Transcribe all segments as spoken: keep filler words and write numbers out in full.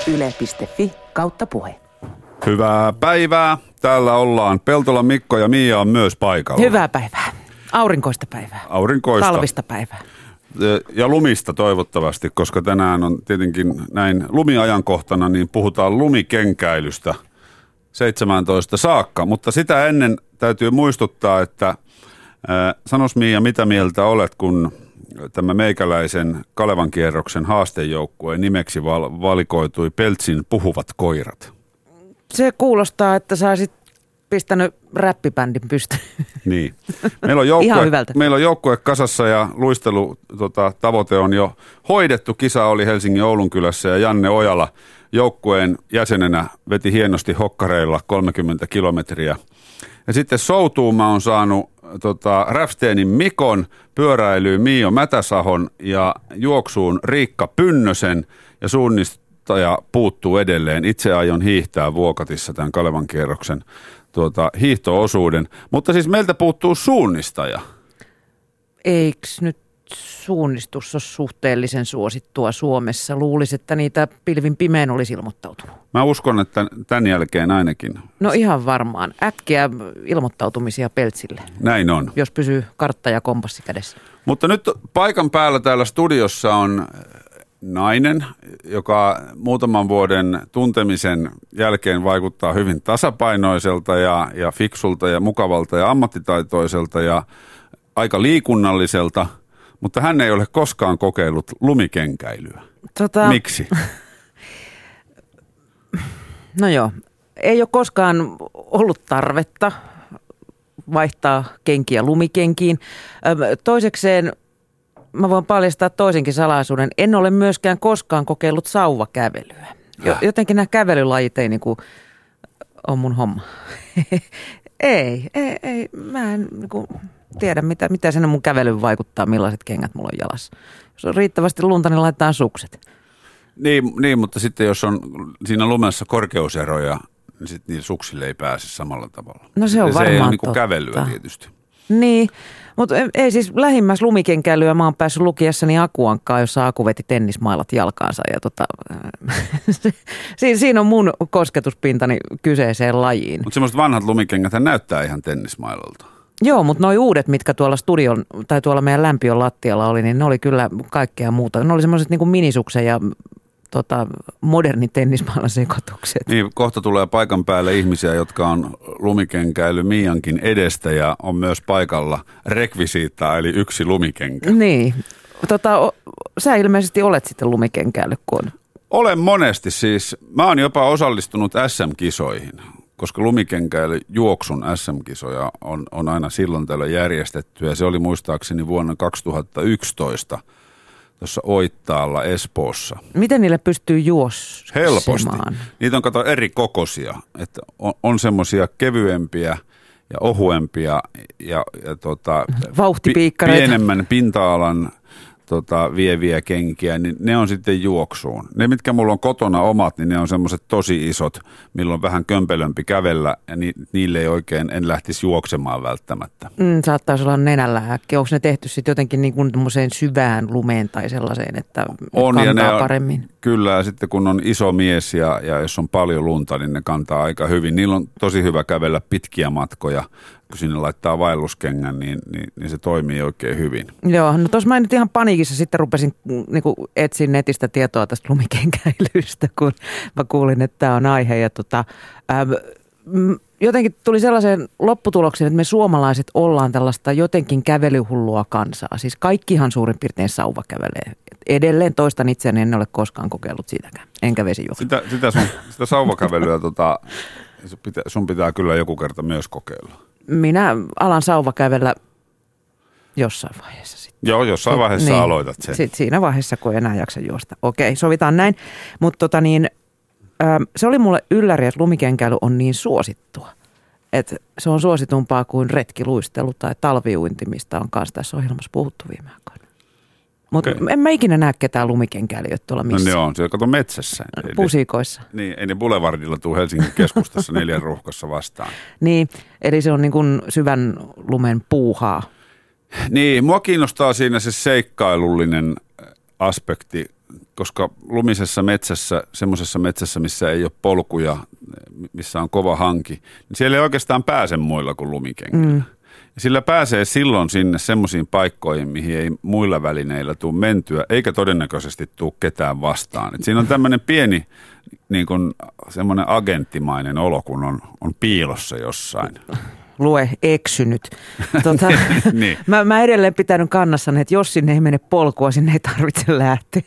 yle piste fi kautta puhe. Hyvää päivää. Täällä ollaan. Peltola Mikko ja Mia on myös paikalla. Hyvää päivää. Aurinkoista päivää. Aurinkoista. Talvista päivää. Ja lumista toivottavasti, koska tänään on tietenkin näin lumiajankohtana, niin puhutaan lumikenkäilystä seitsemäntoista saakka. Mutta sitä ennen täytyy muistuttaa, että äh, sanos Mia, mitä mieltä olet, kun tämä meikäläisen Kalevan kierroksen haastejoukkueen nimeksi val- valikoitui Peltsin puhuvat koirat. Se kuulostaa, että sä olisit pistänyt räppibändin pystyyn. Niin. Meillä on joukkue, meillä on joukkue kasassa ja luistelu tota, tavoite on jo hoidettu. Kisa oli Helsingin Oulunkylässä ja Janne Ojala joukkueen jäsenenä veti hienosti hokkareilla kolmekymmentä kilometriä. Ja sitten soutuuma on saanut tota, Räfteenin Mikon, pyöräilyyn Miio Mätäsahon ja juoksuun Riikka Pynnösen ja suunnistaja puuttuu edelleen. Itse aion hiihtää Vuokatissa tämän Kalevan kierroksen tuota, hiihto-osuuden. Mutta siis meiltä puuttuu suunnistaja. Eiks nyt suunnistus ole suhteellisen suosittua Suomessa? Luulisi, että niitä pilvin pimeän olisi ilmoittautunut. Mä uskon, että tämän jälkeen ainakin. No ihan varmaan. Äkkiä ilmoittautumisia Peltsille. Näin on. Jos pysyy kartta ja kompassi kädessä. Mutta nyt paikan päällä täällä studiossa on nainen, joka muutaman vuoden tuntemisen jälkeen vaikuttaa hyvin tasapainoiselta ja, ja fiksulta ja mukavalta ja ammattitaitoiselta ja aika liikunnalliselta, mutta hän ei ole koskaan kokeillut lumikenkäilyä. Tota... Miksi? No joo, ei ole koskaan ollut tarvetta vaihtaa kenkiä lumikenkiin. Toisekseen mä voin paljastaa toisenkin salaisuuden. En ole myöskään koskaan kokeillut sauvakävelyä. Jotenkin nämä kävelylajit ei niin kuin ole mun homma. ei, ei, ei. Mä en niin kuin tiedä, mitä, mitä sen mun kävelyyn vaikuttaa, millaiset kengät mulla on jalassa. Jos on riittävästi lunta, niin laitetaan sukset. Niin, niin, mutta sitten jos on siinä lumessa korkeuseroja, niin sitten niillä suksille ei pääse samalla tavalla. No se on ja varmaan se ei ole niin kuin kävelyä tietysti. Niin, mutta ei siis lähimmäs lumikenkäilyä mä oon päässyt lukiessani Akuankkaa, jossa Aku veti tennismailat jalkaansa. Ja tota, siinä on mun kosketuspintani kyseiseen lajiin. Mutta semmoiset vanhat lumikengät näyttää ihan tennismailalta. Joo, mutta noi uudet, mitkä tuolla studion tai tuolla meidän lämpiön lattialla oli, niin ne oli kyllä kaikkea muuta. Ne oli semmoiset niin kuin minisuksen ja tota, modernin tennismailan sekoitukset. Niin, kohta tulee paikan päälle ihmisiä, jotka on lumikenkäily Miankin edestä ja on myös paikalla rekvisiittaa, eli yksi lumikenkä. Niin, tota, sä ilmeisesti olet sitten lumikenkäily, kun on. Olen monesti siis. Mä oon jopa osallistunut äs äm-kisoihin, koska lumikenkäily juoksun äs äm-kisoja on, on aina silloin tällöin järjestetty ja se oli muistaakseni vuonna kaksituhattayksitoista tuossa Oittaalla Espoossa. Miten niille pystyy juoksemaan? Helposti. Niitä on kato eri kokoisia, että on, on semmoisia kevyempiä ja ohuempia ja, ja tota, vauhtipiikkareita. Pienemmän pinta-alan tota, vieviä kenkiä, niin ne on sitten juoksuun. Ne, mitkä mulla on kotona omat, niin ne on semmoiset tosi isot, milloin on vähän kömpelömpi kävellä ja ni, niille ei oikein, en lähtisi juoksemaan välttämättä. Mm, saattaisi olla nenällä äkkiä. Onko ne tehty sitten jotenkin niin kuin syvään lumeen tai sellaiseen, että on, kantaa ja ne on, paremmin? Kyllä, ja sitten kun on iso mies ja, ja jos on paljon lunta, niin ne kantaa aika hyvin. Niillä on tosi hyvä kävellä pitkiä matkoja. Kun sinne laittaa vaelluskengän, niin, niin, niin se toimii oikein hyvin. Joo, no tuossa mä nyt ihan paniikissa sitten rupesin niin kuin etsin netistä tietoa tästä lumikenkäilystä, kun mä kuulin, että tämä on aihe. Ja tota, ähm, jotenkin tuli sellaiseen lopputulokseen, että me suomalaiset ollaan tällaista jotenkin kävelyhullua kansaa. Siis kaikkihan suurin piirtein sauva kävelee. Edelleen toistan itseäni, en ole koskaan kokeillut siitäkään, enkä vesijuoksua. Sitä, sitä, sun, sitä sauvakävelyä tota, sun pitää kyllä joku kerta myös kokeilla. Minä alan sauvakävellä jossain vaiheessa sitten. Joo, jossain vaiheessa niin, aloitat sen. Sitten siinä vaiheessa, kun ei enää jaksa juosta. Okei, sovitaan näin. Mutta tota niin, ähm, se oli mulle ylläri, että lumikenkäily on niin suosittua. Että se on suositumpaa kuin retkiluistelu tai talviuinti, mistä on kanssa tässä ohjelmassa puhuttu viime aikoina. Mutta okay. En mä ikinä näe ketään lumikenkäilijöitä tuolla missään. No ne on, siellä kato metsässä. Pusikoissa. Niin, ei ne Boulevardilla tule Helsingin keskustassa neljän ruuhkassa vastaan. Niin, eli se on niin kuin syvän lumen puuhaa. Niin, mua kiinnostaa siinä se seikkailullinen aspekti koska lumisessa metsässä, semmoisessa metsässä, missä ei ole polkuja, missä on kova hanki, niin siellä ei oikeastaan pääse muilla kuin lumikengillä. Mm. Ja sillä pääsee silloin sinne semmoisiin paikkoihin, mihin ei muilla välineillä tule mentyä, eikä todennäköisesti tule ketään vastaan. Et siinä on tämmöinen pieni niin kuin semmoinen agenttimainen olo, kun on, on piilossa jossain. Lue eksynyt. Tuota, niin. mä, mä edelleen pitänyt kannassani, että jos sinne ei mene polkua, sinne ei tarvitse lähteä.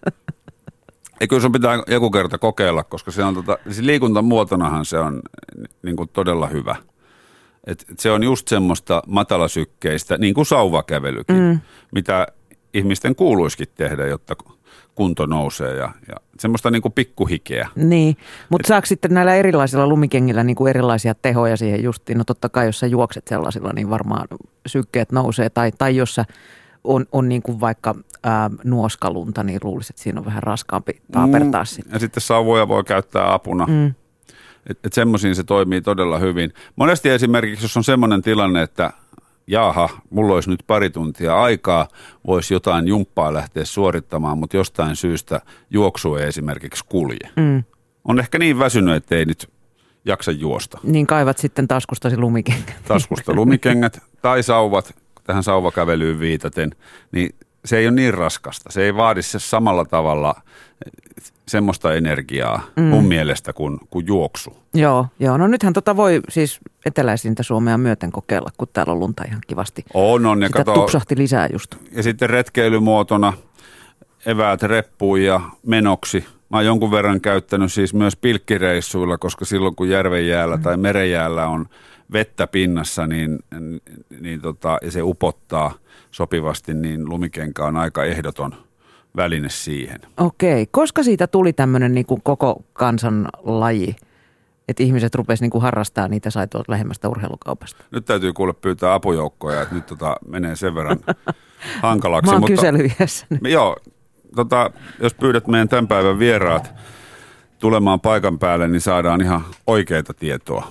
Ja kyllä sun pitää joku kerta kokeilla, koska se on tota, siis liikuntamuotonahan se on niin kuin todella hyvä. Et, et se on just semmoista matalasykkeistä, niin kuin sauvakävelykin, mm. mitä ihmisten kuuluisikin tehdä, jotta kunto nousee ja, ja semmoista niin kuin pikkuhikeä. Niin, mutta saako sitten näillä erilaisilla lumikengillä niin kuin erilaisia tehoja siihen justiin? No totta kai, jos sä juokset sellaisilla, niin varmaan sykkeet nousee. Tai, tai jos sä on, on niin kuin vaikka ää, nuoskalunta, niin luulisin, että siinä on vähän raskaampi taapertaa mm. sitten. Ja sitten sauvoja voi käyttää apuna. Mm. Että et semmoisiin se toimii todella hyvin. Monesti esimerkiksi, jos on semmoinen tilanne, että jaha, mulla olisi nyt pari tuntia aikaa, voisi jotain jumppaa lähteä suorittamaan, mutta jostain syystä juoksu ei esimerkiksi kulje. Mm. On ehkä niin väsynyt, että ei nyt jaksa juosta. Niin kaivat sitten taskustasi lumikengät. Taskusta lumikengät tai sauvat, tähän sauvakävelyyn viitaten, niin se ei ole niin raskasta. Se ei vaadi se samalla tavalla semmoista energiaa mm. mun mielestä kuin, kuin juoksu. Joo, joo, no nythän tota voi siis eteläisintä Suomea myöten kokeilla, kun täällä on lunta ihan kivasti. On, on. Ja sitä kato, tupsahti lisää just. Ja sitten retkeilymuotona eväät reppuun ja menoksi. Mä oon jonkun verran käyttänyt siis myös pilkkireissuilla, koska silloin kun järvenjäällä mm. tai merenjäällä on vettä pinnassa niin, niin tota, ja se upottaa sopivasti, niin lumikenkä on aika ehdoton väline siihen. Okei. Koska siitä tuli tämmöinen niin kuin koko kansan laji, että ihmiset rupesivat niin kuin harrastamaan niitä, sai tuolta lähemmästä urheilukaupasta? Nyt täytyy kuule pyytää apujoukkoja, että nyt tota menee sen verran hankalaksi. Mä oon kyselyjässä. Joo, tota, jos pyydät meidän tämän päivän vieraat tulemaan paikan päälle, niin saadaan ihan oikeita tietoa.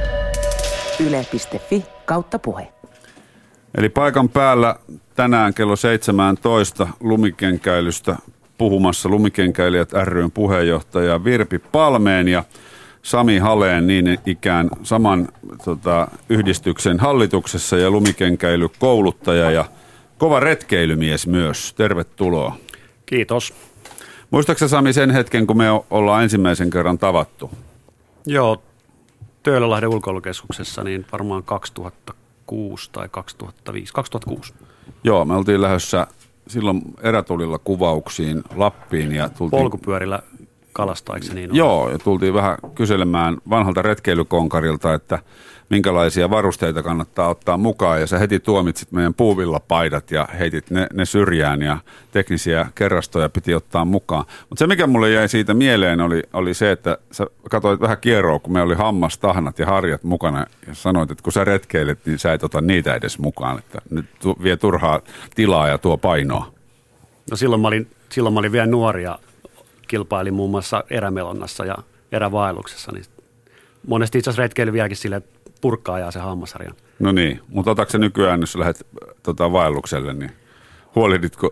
Yle piste fi kautta puhe. Eli paikan päällä tänään kello seitsemäntoista lumikenkäilystä puhumassa Lumikenkäilijät ry:n puheenjohtaja Virpi Palmeen ja Sami Haleen niin ikään saman tota, yhdistyksen hallituksessa ja lumikenkäilykouluttaja ja kova retkeilymies myös. Tervetuloa. Kiitos. Muistaaksä Sami sen hetken, kun me ollaan ensimmäisen kerran tavattu? Joo, Töölölahden ulkoilukeskuksessa niin varmaan kaksituhattakuusi tai kaksituhattaviisi. kaksituhattakuusi. Joo, me oltiin lähdössä silloin erätulilla kuvauksiin Lappiin. Ja tultiin polkupyörillä kalasta, eikö se niin ole? Joo, ja tultiin vähän kyselemään vanhalta retkeilykonkarilta, että minkälaisia varusteita kannattaa ottaa mukaan. Ja sä heti tuomitsit meidän puuvillapaidat ja heitit ne, ne syrjään ja teknisiä kerrastoja piti ottaa mukaan. Mutta se, mikä mulle jäi siitä mieleen, oli, oli se, että sä katsoit vähän kierroa, kun me oli hammastahnat ja harjat mukana. Ja sanoit, että kun sä retkeilet, niin sä et ota niitä edes mukaan. Että nyt vie turhaa tilaa ja tuo painoa. No silloin mä olin, silloin mä olin vielä nuori ja kilpailin muun muassa erämelonnassa ja erävaelluksessa. Niin monesti itse asiassa retkeily vieläkin silleen, purkkaa ajaa se hammasharjan. No niin, mutta otatko se nykyään, jos lähdet tota, vaellukselle, niin huolehditko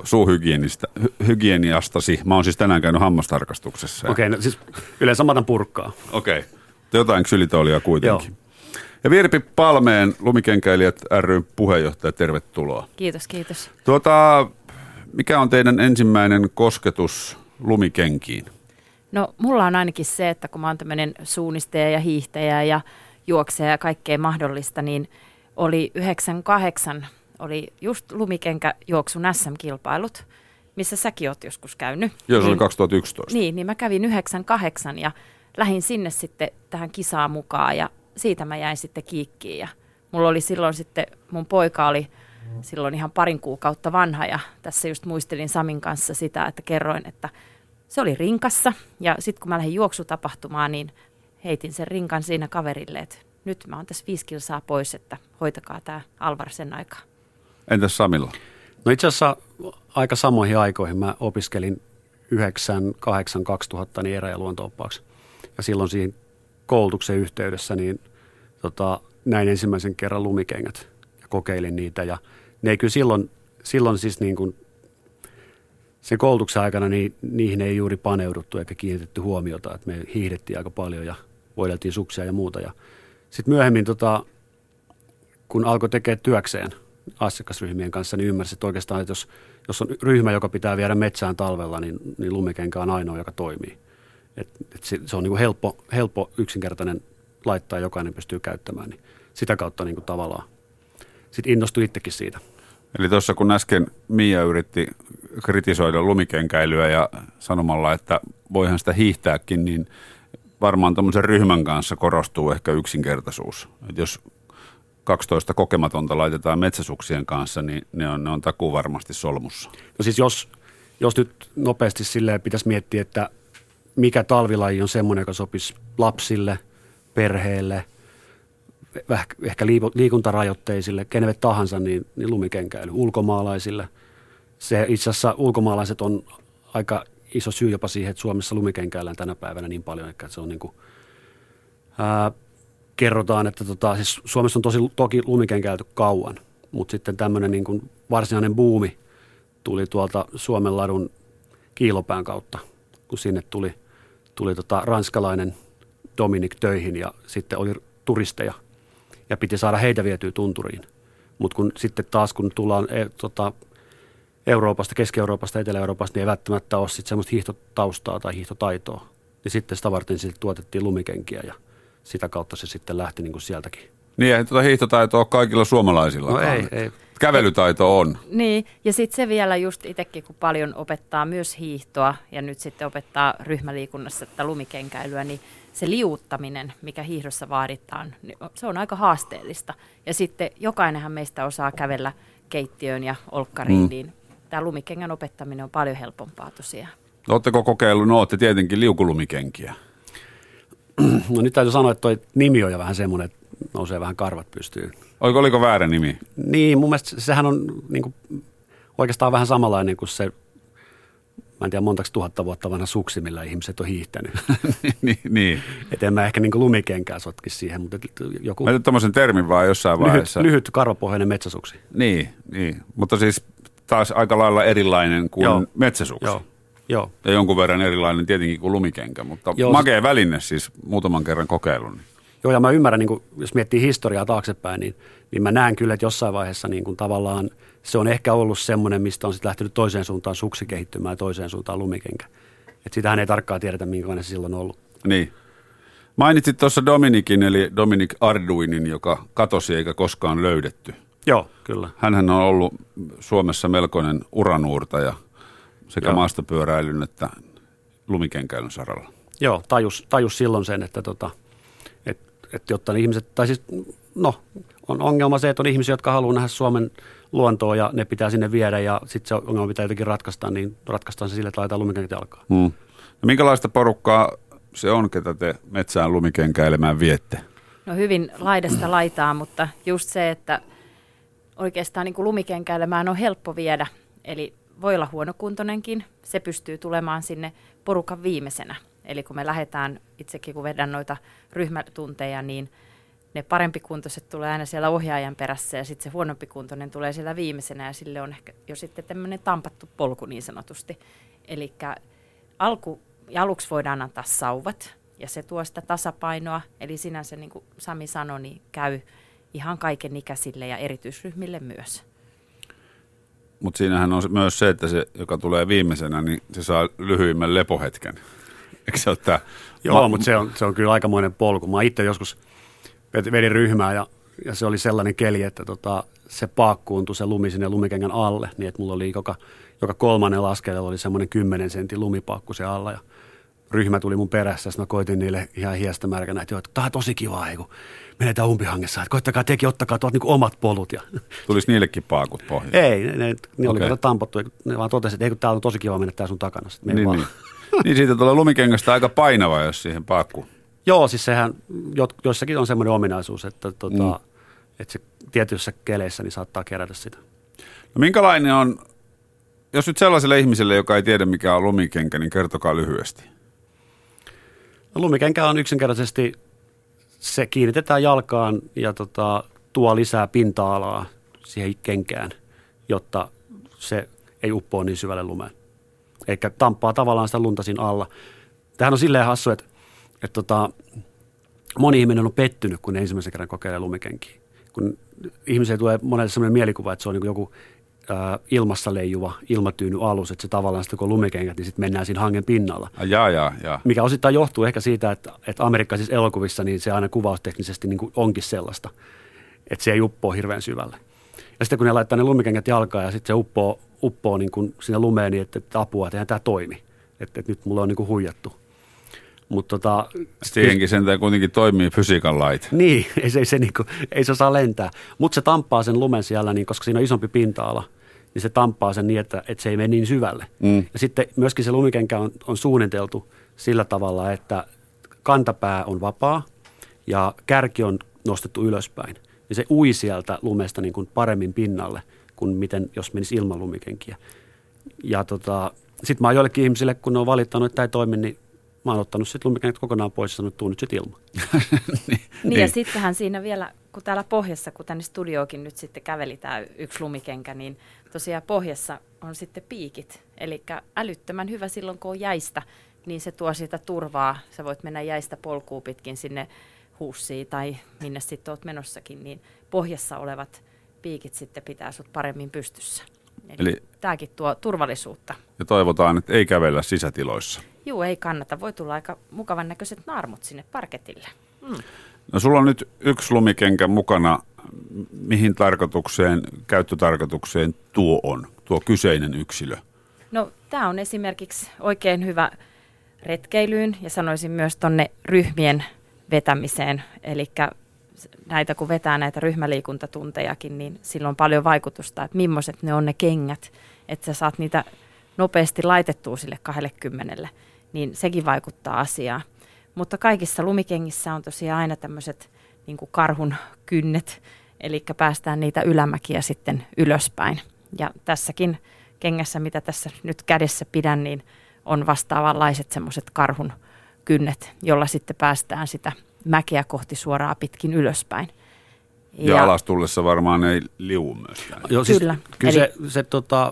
suuhygieniastasi? Mä oon siis tänään käynyt hammastarkastuksessa. Okei, okay, no siis yleensä mä otan purkkaa. Okei, okay. Jotain ksylitoolia kuitenkin. Joo. Ja Virpi Palmeen, Lumikenkäilijät ry:n puheenjohtaja, tervetuloa. Kiitos, kiitos. Tuota, mikä on teidän ensimmäinen kosketus lumikenkiin? No mulla on ainakin se, että kun mä oon tämmöinen suunnistaja ja hiihtäjä ja juokseja ja kaikkea mahdollista, niin oli yhdeksänkymmentäkahdeksan, oli just lumikenkäjuoksun äs äm-kilpailut, missä säkin oot joskus käynyt. Joo, se niin, oli kaksituhattayksitoista. Niin, niin mä kävin yhdeksänkymmentäkahdeksan ja lähdin sinne sitten tähän kisaan mukaan ja siitä mä jäin sitten kiikkiin. Ja mulla oli silloin sitten, mun poika oli silloin ihan parin kuukautta vanha ja tässä just muistelin Samin kanssa sitä, että kerroin, että se oli rinkassa ja sitten kun mä lähdin juoksutapahtumaan, niin heitin sen rinkan siinä kaverille, että nyt mä oon tässä viisi kilsaa pois, että hoitakaa tää Alvar sen aikaa. Entäs Samilla? No itse asiassa aika samoihin aikoihin mä opiskelin yhdeksänkymmentäkahdeksan kaksituhatta niin erä- ja luonto-oppaaksi. Ja silloin siinä koulutuksen yhteydessä niin tota, näin ensimmäisen kerran lumikengät ja kokeilin niitä. Ja ne ei kyllä silloin, silloin siis niin kuin sen koulutuksen aikana niin, niihin ei juuri paneuduttu eikä kiinnitetty huomiota, että me hiihdettiin aika paljon ja voideltiin suksia ja muuta. Ja sitten myöhemmin, tota, kun alkoi tekemään työkseen asiakasryhmien kanssa, niin ymmärsi, että oikeastaan, että jos, jos on ryhmä, joka pitää viedä metsään talvella, niin, niin lumikenkä on ainoa, joka toimii. Et, et se, se on niin kuin helppo, helppo, yksinkertainen laittaa, jokainen pystyy käyttämään. Niin sitä kautta niin kuin tavallaan sitten innostui itsekin siitä. Eli tuossa kun äsken Mia yritti kritisoida lumikenkäilyä ja sanomalla, että voihan sitä hiihtääkin, niin varmaan tuommoisen ryhmän kanssa korostuu ehkä yksinkertaisuus. Että jos kaksitoista kokematonta laitetaan metsäsuksien kanssa, niin ne on, ne on takuu varmasti solmussa. No siis jos, jos nyt nopeasti silleen pitäisi miettiä, että mikä talvilaji on semmoinen, joka sopisi lapsille, perheelle, ehkä liikuntarajoitteisille, kenelle tahansa, niin, niin lumikenkäily ulkomaalaisille. Se itse asiassa ulkomaalaiset on aika iso syy jopa siihen, että Suomessa lumikenkäillään tänä päivänä niin paljon, että se on niin kuin, ää, kerrotaan, että tota, siis Suomessa on tosi, toki lumikenkäilty kauan, mutta sitten tämmöinen niin kuin varsinainen buumi tuli tuolta Suomenladun Kiilopään kautta, kun sinne tuli, tuli tota ranskalainen Dominic töihin ja sitten oli turisteja ja piti saada heitä vietyä tunturiin. Mutta kun sitten taas kun tullaan e, tota, Euroopasta, Keski-Euroopasta, Etelä-Euroopasta, niin ei välttämättä ole sitten semmoista hiihtotaustaa tai hiihtotaitoa. Ja sitten sitä varten sitten tuotettiin lumikenkiä ja sitä kautta se sitten lähti niin kuin sieltäkin. Niin, ei tuota hiihtotaitoa kaikilla suomalaisilla. No ei, ei. Kävelytaito on. Niin, ja sitten se vielä just itsekin, kun paljon opettaa myös hiihtoa ja nyt sitten opettaa ryhmäliikunnassa että lumikenkäilyä, niin se liuuttaminen, mikä hiihdossa vaaditaan, niin se on aika haasteellista. Ja sitten jokainenhan meistä osaa kävellä keittiöön ja olkkariin, mm. niin tämä lumikengän opettaminen on paljon helpompaa tosiaan. Oletteko kokeillut? No olette tietenkin liukulumikenkiä. No nyt täytyy sanoa, että toi nimi on jo vähän semmoinen, että nousee vähän karvat pystyyn. Oliko, oliko väärä nimi? Niin, mun mielestä sehän on niin kuin, oikeastaan vähän samanlainen kuin se, mä en tiedä montaksi tuhatta vuotta vanha suksi, millä ihmiset on hiihtänyt. niin, niin. Että en mä ehkä niin kuin lumikenkää sotkisi siihen, mutta joku... Mä tein tommosen termin vaan jossain lyhyt, vaiheessa. Lyhyt karvapohjainen metsäsuksi. Niin, niin, mutta siis taas aika lailla erilainen kuin Joo. metsäsuksi. Joo. Joo. Ja jonkun verran erilainen tietenkin kuin lumikenkä, mutta Joo, makea väline siis muutaman kerran kokeilun. Niin. Joo, ja mä ymmärrän, niin kun, jos miettii historiaa taaksepäin, niin, niin mä näen kyllä, että jossain vaiheessa niin kun tavallaan se on ehkä ollut semmoinen, mistä on sitten lähtenyt toiseen suuntaan suksi kehittymään ja toiseen suuntaan lumikenkä. Että sitähän ei tarkkaan tiedetä, minkälainen se silloin on ollut. Niin. Mainitsit tuossa Dominicin, eli Dominic Arduinin, joka katosi eikä koskaan löydetty. Joo, kyllä. Hänhän on ollut Suomessa melkoinen uranuurtaja sekä Joo. maastopyöräilyn että lumikenkäilyn saralla. Joo, tajus, tajus silloin sen, että tota, et, et jotta ihmiset, tai siis no, on ongelma se, että on ihmisiä, jotka haluaa nähdä Suomen luontoa ja ne pitää sinne viedä ja sitten se ongelma pitää jotenkin ratkaista, niin ratkaistaan se sille, että laitetaan lumikenkät jalkaan. Hmm. No minkälaista porukkaa se on, ketä te metsään lumikenkäilemään viette? No hyvin laidasta laitaa, mutta just se, että oikeastaan niin kuin lumikenkäilemään on helppo viedä, eli voi olla huonokuntoinenkin, se pystyy tulemaan sinne porukan viimeisenä. Eli kun me lähdetään, itsekin kun vedän noita ryhmätunteja, niin ne parempikuntoiset tulee aina siellä ohjaajan perässä ja sitten se huonompikuntoinen tulee siellä viimeisenä ja sille on ehkä jo sitten tämmöinen tampattu polku niin sanotusti. Eli alku, aluksi voidaan antaa sauvat ja se tuo sitä tasapainoa, eli sinänsä niin kuin Sami sanoi, niin käy ihan kaiken ikäisille ja erityisryhmille myös. Mutta siinähän on myös se, että se, joka tulee viimeisenä, niin se saa lyhyimmän lepohetken. Eikö se ole tämä? Joo, ma- mutta se on, se on kyllä aikamoinen polku. Mä itse joskus vedin ryhmää ja, ja se oli sellainen keli, että tota, se paakkuuntui se lumi sinne lumikengän alle, niin että mulla oli joka, joka kolmannen askeleella oli semmoinen kymmenen sentin lumipaakku se alla ja ryhmä tuli mun perässä, ja mä koitin niille ihan hiestämärkänä, että, että tämä on tosi kiva, kun menetään umpihangessa, että koittakaa tekin, ottakaa tuot niin kuin omat polut. Ja tulisi niillekin paakut pohjaan? Ei, ne, ne, ne okay. oli tampattu, ne vaan totesi, että ei, kun täällä on tosi kiva mennä tää sun takana. Niin, niin. niin siitä tulee lumikengästä aika painava, jos siihen paakkuun. Joo, siis sehän jossakin on semmoinen ominaisuus, että, tota, mm. että se tietyissä keleissä niin saattaa kerätä sitä. No minkälainen on, jos nyt sellaiselle ihmiselle, joka ei tiedä mikä on lumikenkä, niin kertokaa lyhyesti. No, lumikenkä on yksinkertaisesti, se kiinnitetään jalkaan ja tota, tuo lisää pinta-alaa siihen kenkään, jotta se ei uppoa niin syvälle lumeen. eikä tamppaa tavallaan sitä lunta siinä alla. Tämähän on silleen hassu, että, että tota, moni ihminen on pettynyt, kun ne ensimmäisen kerran kokeilee lumikenkiä. Kun ihmiselle tulee monelle sellainen mielikuva, että se on niin joku ää, ilmassa leijuva ilmatyyny alus, että se tavallaan sitten kun on lumikengät, niin sitten mennään siinä hangen pinnalla. Jaa, jaa, jaa. Mikä osittain johtuu ehkä siitä, että, että amerikkalaisissa elokuvissa niin se aina kuvausteknisesti niin kuin onkin sellaista, että se ei uppoo hirveän syvälle. Ja sitten kun ne laittaa ne lumikengät jalkaan ja sitten se uppoo, uppoo niin kuin sinne lumeen, niin että, että apua, että eihän tämä toimi. Että, että nyt mulla on niin kuin huijattu. Mut tota, siihenkin sentään kuitenkin toimii fysiikan lait. Niin, ei se, se, niin kuin, ei se osaa lentää. Mutta se tamppaa sen lumen siellä, niin, koska siinä on isompi pinta-ala, niin se tamppaa sen niin, että, että se ei mene niin syvälle. Mm. Ja sitten myöskin se lumikenkä on, on suunniteltu sillä tavalla, että kantapää on vapaa ja kärki on nostettu ylöspäin. Ja se ui sieltä lumesta niin kuin paremmin pinnalle kuin miten, jos menisi ilman lumikenkiä. Ja tota, sitten mä oon joillekin ihmisille, kun ne on valittanut, että tämä ei toimi, niin mä oon ottanut sitten lumikengät kokonaan pois ja sanonut, että tuu nyt sitten ilman. niin, niin ja sittenhän siinä vielä, kun täällä pohjassa, kun tänne studioonkin nyt sitten käveli tämä yksi lumikenkä, niin tosiaan pohjassa on sitten piikit. Eli älyttömän hyvä silloin, kun on jäistä, niin se tuo sitä turvaa. Sä voit mennä jäistä polkuun pitkin sinne huussiin tai minne sitten oot menossakin, niin pohjassa olevat piikit sitten pitää sut paremmin pystyssä. Eli, Eli tämäkin tuo turvallisuutta. Ja toivotaan, että ei kävellä sisätiloissa. Joo, ei kannata. Voi tulla aika mukavan näköiset naarmut sinne parketille. Mm. No sulla on nyt yksi lumikenkä mukana. Mihin tarkoitukseen, käyttötarkoitukseen tuo on, tuo kyseinen yksilö? No tämä on esimerkiksi oikein hyvä retkeilyyn ja sanoisin myös tonne ryhmien vetämiseen. Eli näitä kun vetää näitä ryhmäliikuntatuntejakin, niin sillä on paljon vaikutusta, että millaiset ne on ne kengät, että sä saat niitä nopeasti laitettua sille kaksikymmentä, niin sekin vaikuttaa asiaan. Mutta kaikissa lumikengissä on tosiaan aina tämmöiset niin kuin karhun kynnet, eli päästään niitä ylämäkiä sitten ylöspäin. Ja tässäkin kengässä, mitä tässä nyt kädessä pidän, niin on vastaavanlaiset semmoiset karhun kynnet, jolla sitten päästään sitä mäkeä kohti suoraan pitkin ylöspäin. Ja, ja alas tullessa varmaan ei liu myöskään. Joo, siis kyllä. Kyllä Eli, se, se tota,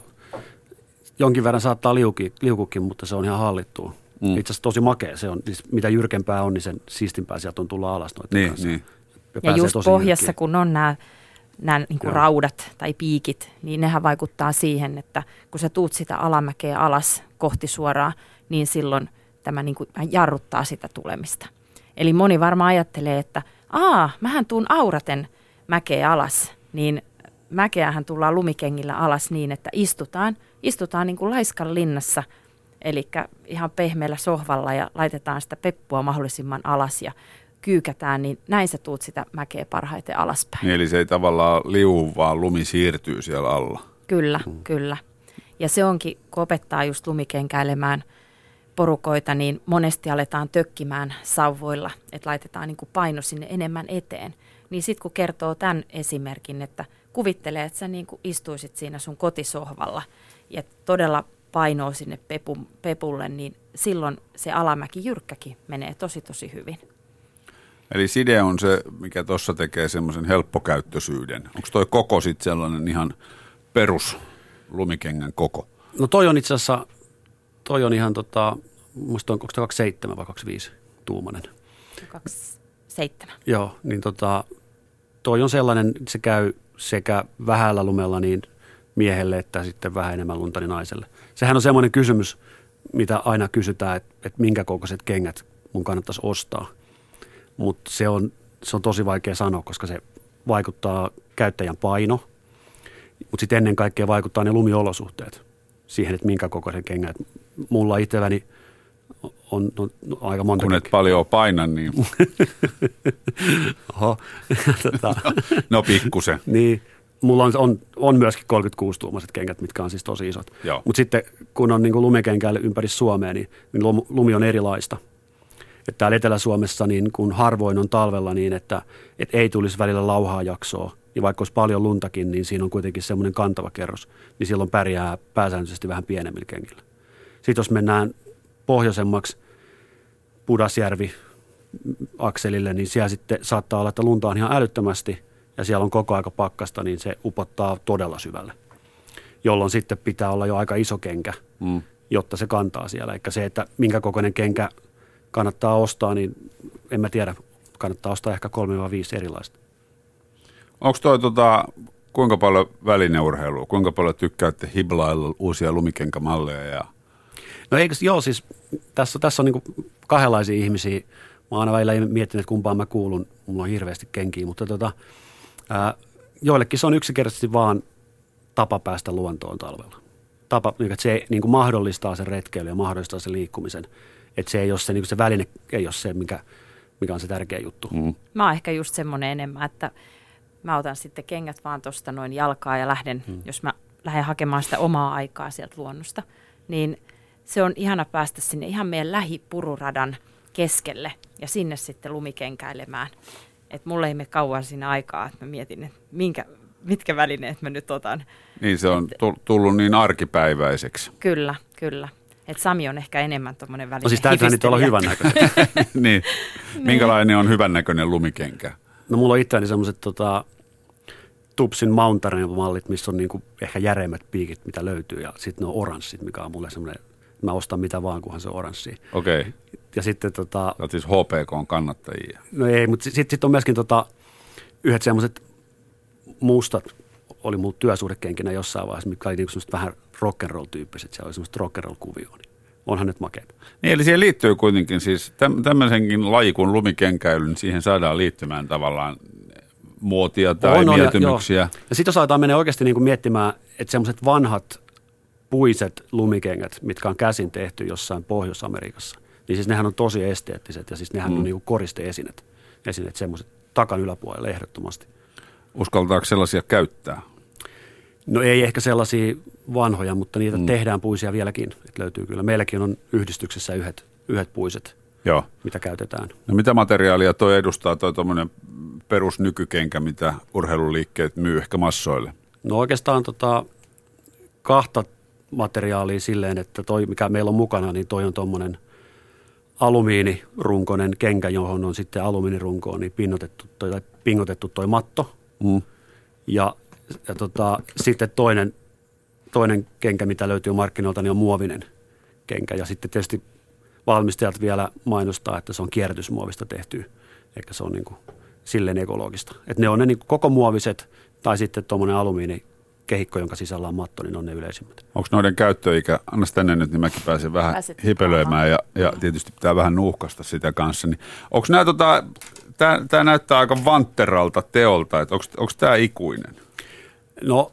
jonkin verran saattaa liuki, liukukin, mutta se on ihan hallittua. Mm. Itse asiassa tosi makea se on. Siis mitä jyrkempää on, niin sen siistimpää sieltä on tulla alas. Niin, niin. Ja, ja just pohjassa, jyrkiin. Kun on nämä, nämä niin kuin raudat tai piikit, niin nehän vaikuttaa siihen, että kun sä tuut sitä alamäkeä alas kohti suoraan, niin silloin tämä niin kuin jarruttaa sitä tulemista. Eli moni varmaan ajattelee, että aa, mähän tuun auraten mäkeä alas, niin mäkeähän tullaan lumikengillä alas niin, että istutaan, istutaan niin kuin laiskan linnassa, eli ihan pehmeällä sohvalla ja laitetaan sitä peppua mahdollisimman alas ja kyykätään, niin näin sä tuut sitä mäkeä parhaiten alaspäin. Niin, eli se ei tavallaan liu, vaan lumi siirtyy siellä alla. Kyllä, hmm. kyllä. Ja se onkin, kun opettaa just lumikenkäilemään porukoita, niin monesti aletaan tökkimään sauvoilla, että laitetaan niin kuin paino sinne enemmän eteen. Niin sitten kun kertoo tämän esimerkin, että kuvittelee, että sä niin kuin istuisit siinä sun kotisohvalla ja todella painoa sinne pepu, pepulle, niin silloin se alamäki jyrkkäkin menee tosi tosi hyvin. Eli side on se, mikä tuossa tekee semmoisen helppokäyttöisyyden. Onko toi koko sitten sellainen ihan perus lumikengän koko? No toi on itse asiassa, toi on ihan tota, musta on, onko se kaksikymmentäseitsemän vai kaksikymmentäviisi tuumainen? kaksikymmentäseitsemän. Joo, niin tota, toi on sellainen, se käy sekä vähällä lumella niin miehelle että sitten vähän enemmän lunta niin naiselle. Sehän on semmoinen kysymys, mitä aina kysytään, että, että minkä kokoiset kengät mun kannattaisi ostaa. Mutta se on, se on tosi vaikea sanoa, koska se vaikuttaa käyttäjän paino, mutta sitten ennen kaikkea vaikuttaa ne lumiolosuhteet siihen, että minkä kokoisen kengät. Mulla itselläni on, on, on aika monta. Kun et paljon paina, niin. Oho. tota. no, no pikkusen. Niin. Mulla on, on, on myöskin kolmekymmentäkuusi-tuumaiset kengät, mitkä on siis tosi isot. Mutta sitten kun on niin lumikenkäillä ympäri Suomea, niin, niin lumi on erilaista. Että täällä Etelä-Suomessa niin kun harvoin on talvella niin, että, että ei tulisi välillä lauhaa jaksoa. Ja vaikka olisi paljon luntakin, niin siinä on kuitenkin semmoinen kantava kerros. Niin silloin pärjää pääsääntöisesti vähän pienemmillä kengillä. Sitten jos mennään pohjoisemmaksi Pudasjärvi-akselille, niin siellä sitten saattaa olla, että lunta on ihan älyttömästi. Ja siellä on koko aika pakkasta, niin se upottaa todella syvälle. Jolloin sitten pitää olla jo aika iso kenkä. Mm. jotta se kantaa siellä. Eikä se, että minkä kokoinen kenkä kannattaa ostaa, niin en mä tiedä, kannattaa ostaa ehkä kolme vai viisi erilaista. Onko toi tota, kuinka paljon välineurheilua, kuinka paljon tykkäätte hiblailla uusia lumikenkämalleja? Ja... No eikö, joo siis tässä, tässä on niin kuin kahdenlaisia ihmisiä. Mä oon aina välillä miettinyt, että kumpaan mä kuulun. Mulla on hirveästi kenkiä, mutta tota, ää, joillekin se on yksinkertaisesti vaan tapa päästä luontoon talvella. Tapa, että se niin kuin mahdollistaa sen retkeilyn ja mahdollistaa sen liikkumisen. Että se ei ole se, niin kuin se väline, ei ole se, mikä, mikä on se tärkeä juttu. Mm. Mä oon ehkä just semmoinen enemmän, että mä otan sitten kengät vaan tuosta noin jalkaa ja lähden, mm. jos mä lähden hakemaan sitä omaa aikaa sieltä luonnosta, niin se on ihana päästä sinne ihan meidän lähipururadan keskelle ja sinne sitten lumikenkäilemään. Että mulle ei mene kauan siinä aikaa, että mä mietin, että minkä, mitkä välineet mä nyt otan. Niin se on tullut niin arkipäiväiseksi. Kyllä, kyllä. Että Sami on ehkä enemmän tuommoinen väline. No siis täytyy nyt olla hyvän näköinen. Niin. Minkälainen on hyvän näköinen lumikenkä? No mulla on itseäni semmoiset tota, Tubsin Mountain-mallit, missä on niinku ehkä järeimmät piikit, mitä löytyy. Ja sitten ne on oranssit, mikä on mulle semmoinen, mä ostan mitä vaan, kunhan se on oranssi. Okei. Okay. Ja sitten tota... Sä oot siis H P K:n kannattajia. No ei, mutta sitten sit on myöskin tota, yhdet semmoiset mustat, oli mulla työsuhdekenkinä jossain vaiheessa, mikä oli niinku semmoiset vähän rock'n'roll-tyyppiset. Se oli semmoista rock'n'roll-kuvioa. Niin onhan nyt makeita. Niin, eli siihen liittyy kuitenkin siis tämmöisenkin laji kuin lumikenkäilyn, siihen saadaan liittymään tavallaan muotia tai on, mieltymyksiä. Ja, ja sitten jos aletaan mennä oikeasti niin kuin miettimään, että semmoiset vanhat puiset lumikengät, mitkä on käsin tehty jossain Pohjois-Amerikassa, niin siis nehän on tosi esteettiset ja siis nehän mm. on niin kuin koristeesineet, esineet semmoiset takan yläpuolelle ehdottomasti. Uskaltaako sellaisia käyttää? No ei ehkä sellaisia vanhoja, mutta niitä mm. tehdään puisia vieläkin, että löytyy kyllä. Meilläkin on yhdistyksessä yhdet, yhdet puiset, Joo. mitä käytetään. No mitä materiaalia toi edustaa, toi tuommoinen perusnykykenkä, mitä urheiluliikkeet myy ehkä massoille? No oikeastaan tota, kahta materiaalia silleen, että toi mikä meillä on mukana, niin toi on tuommoinen alumiinirunkoinen kenkä, johon on sitten alumiinirunkoon niin pinnotettu toi, tai pingotettu toi matto. Mm. Ja, ja tota, sitten toinen, toinen kenkä, mitä löytyy markkinoilta, niin on muovinen kenkä. Ja sitten tietysti valmistajat vielä mainostaa, että se on kierrätysmuovista tehty, eikä se on niin kuin silleen ekologista. Että ne on ne niin kuin koko muoviset tai sitten tuommoinen alumiinikehikko, jonka sisällä on matto, niin on ne yleisimmät. Onko noiden käyttöikä, annas tänne nyt, niin mäkin pääsen vähän Pääset hipelöimään ja, ja tietysti pitää vähän nuuhkasta sitä kanssa. Niin onko nämä, tota, tämä näyttää aika vantteralta teolta, että onko tämä ikuinen? No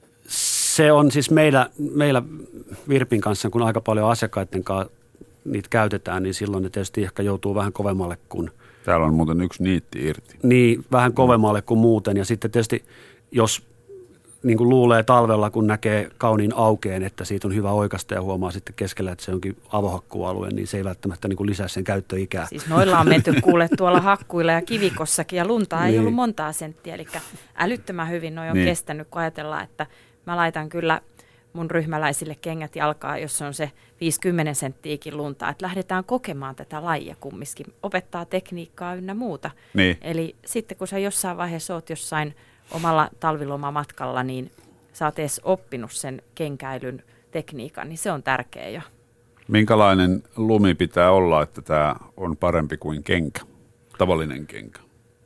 se on siis meillä, meillä Virpin kanssa, kun aika paljon asiakkaiden kanssa niitä käytetään, niin silloin ne tietysti ehkä joutuu vähän kovemmalle kuin... Täällä on muuten yksi niitti irti. Niin, vähän kovemmalle kuin muuten. Ja sitten tietysti, jos niin kuin luulee talvella, kun näkee kauniin aukeen, että siitä on hyvä oikaista ja huomaa sitten keskellä, että se onkin avohakkuualue, niin se ei välttämättä niin kuin lisää sen käyttöikää. Siis noilla on menty kuule tuolla hakkuilla ja kivikossakin ja luntaa ei niin. ollut montaa senttiä. Eli älyttömän hyvin noi on niin. kestänyt, kun ajatellaan, että mä laitan kyllä mun ryhmäläisille kengät jalkaa, jos on se viisikymmentä senttiäkin lunta, että lähdetään kokemaan tätä lajia kumminkin, opettaa tekniikkaa ynnä muuta. Niin. Eli sitten kun sä jossain vaiheessa oot jossain omalla talvilomamatkalla, niin sä oot edes oppinut sen kenkäilyn tekniikan, niin se on tärkeä jo. Minkälainen lumi pitää olla, että tämä on parempi kuin kenkä, tavallinen kenkä?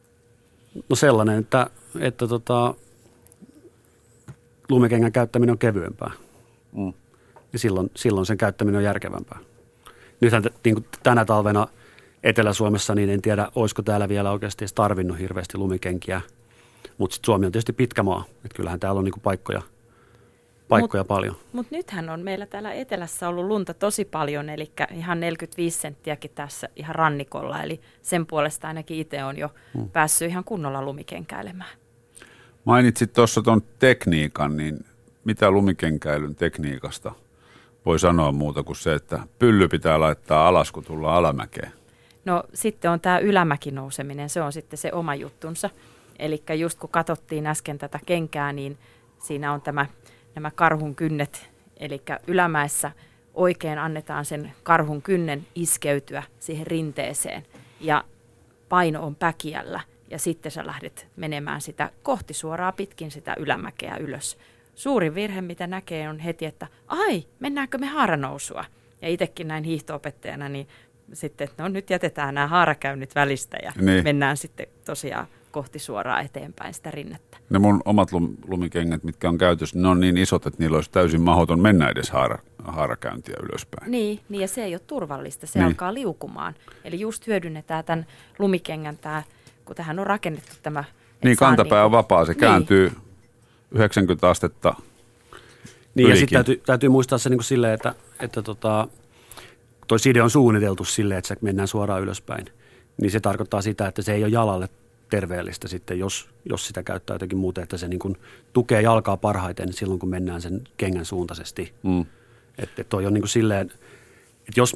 No sellainen, että, että tota, lumikengän käyttäminen on kevyempää. Mm. Ja silloin, silloin sen käyttäminen on järkevämpää. Nythän niin kuin tänä talvena Etelä-Suomessa, niin en tiedä, olisiko täällä vielä oikeasti edes tarvinnut hirveästi lumikenkiä. Mutta Suomi on tietysti pitkä maa, että kyllähän täällä on niinku paikkoja, paikkoja mut, paljon. Mutta nythän on meillä täällä etelässä ollut lunta tosi paljon, eli ihan neljäkymmentäviisi senttiäkin tässä ihan rannikolla. Eli sen puolesta ainakin itse on jo hmm. päässyt ihan kunnolla lumikenkäilemään. Mainitsit tuossa tuon tekniikan, niin mitä lumikenkäilyn tekniikasta voi sanoa muuta kuin se, että pylly pitää laittaa alas, kun tullaan alamäkeen? No sitten on tämä ylämäkinouseminen, se on sitten se oma juttunsa. Eli just kun katsottiin äsken tätä kenkää, niin siinä on tämä, nämä karhun kynnet. Eli ylämäessä oikein annetaan sen karhun kynnen iskeytyä siihen rinteeseen. Ja paino on päkiällä ja sitten sä lähdet menemään sitä kohti suoraan pitkin sitä ylämäkeä ylös suurin virhe, mitä näkee, on heti, että ai, mennäänkö me haaranousua? Ja itsekin näin hiihto-opettajana, niin sitten, että no nyt jätetään nämä haarakäynnit välistä ja niin. mennään sitten tosiaan kohti suoraan eteenpäin sitä rinnettä. Ne mun omat lumikengät, mitkä on käytössä, ne on niin isot, että niillä olisi täysin mahdoton mennä edes haara, haarakäyntiä ylöspäin. Niin, niin, ja se ei ole turvallista, se niin. alkaa liukumaan. Eli just hyödynnetään tämän lumikengän, tämä, kun tähän on rakennettu tämä. Niin, kantapää niin, on vapaa, se niin. kääntyy yhdeksänkymmentä astetta Niin, ylikin. Ja sitten täytyy, täytyy muistaa se niin kuin silleen, että, että tota, toi side on suunniteltu silleen, että se mennään suoraan ylöspäin. Niin se tarkoittaa sitä, että se ei ole jalalle terveellistä sitten, jos, jos sitä käyttää jotenkin muuten, että se niin kuin tukee jalkaa parhaiten silloin, kun mennään sen kengän suuntaisesti. Mm. Että toi on niin kuin silleen, että jos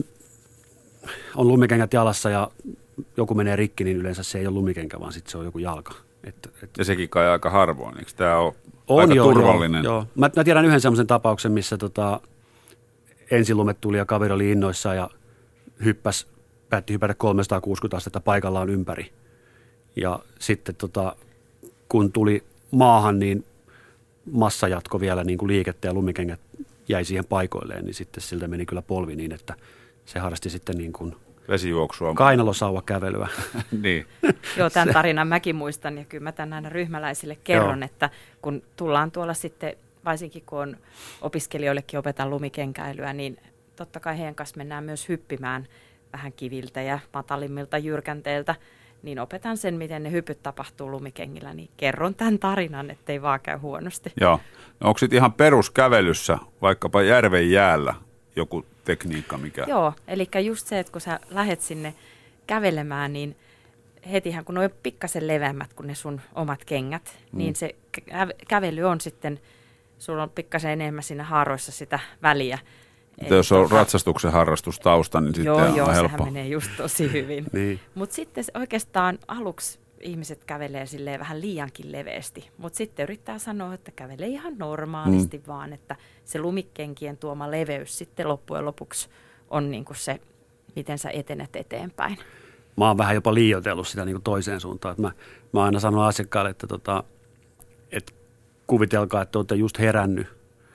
on lumikengät jalassa ja joku menee rikki, niin yleensä se ei ole lumikenkä, vaan sitten se on joku jalka. Että, että... Ja sekin kai aika harvoin, eikö tämä ole on, aika joo, turvallinen? Joo, joo. Mä, mä tiedän yhden semmoisen tapauksen, missä tota, ensilumet tuli ja kaveri oli innoissaan ja hyppäsi, päätti hypätä kolmesataakuusikymmentä astetta paikallaan ympäri. Ja sitten tota, kun tuli maahan, niin massa jatkoi vielä niin kuin liikettä ja lumikengät jäi siihen paikoilleen, niin sitten siltä meni kyllä polvi niin, että se harrasti sitten niin kuin vesijuoksua. Kainalosauvakävelyä. Niin. Joo, tämän tarinan mäkin muistan ja kyllä mä tämän aina ryhmäläisille kerron, Joo. että kun tullaan tuolla sitten, varsinkin kun on opiskelijoillekin opetan lumikenkäilyä, niin totta kai heidän kanssa mennään myös hyppimään vähän kiviltä ja matalimmilta jyrkänteiltä, niin opetan sen, miten ne hypyt tapahtuu lumikengillä, niin kerron tämän tarinan, ettei vaan käy huonosti. Joo. No onko sitten ihan peruskävelyssä, vaikkapa järven jäällä, joku tekniikka mikä? Joo, eli just se, että kun sä lähet sinne kävelemään, niin hetihän kun ne on pikkasen leveämmät kuin ne sun omat kengät, mm. niin se kävely on sitten, sulla on pikkasen enemmän siinä haaroissa sitä väliä. Mutta jos on tuota, ratsastuksen harrastustausta, niin joo, sitten joo, on helppo. Joo, sehän menee just tosi hyvin. Niin. Mutta sitten oikeastaan aluksi ihmiset kävelee silleen vähän liiankin leveästi, mutta sitten yrittää sanoa, että kävelee ihan normaalisti mm. vaan, että se lumikenkien tuoma leveys sitten loppujen lopuksi on niinku se, miten sä etenet eteenpäin. Mä oon vähän jopa liioitellut sitä niinku toiseen suuntaan. Että mä, mä aina sanon asiakkaalle, että, tota, että kuvitelkaa, että olette just herännyt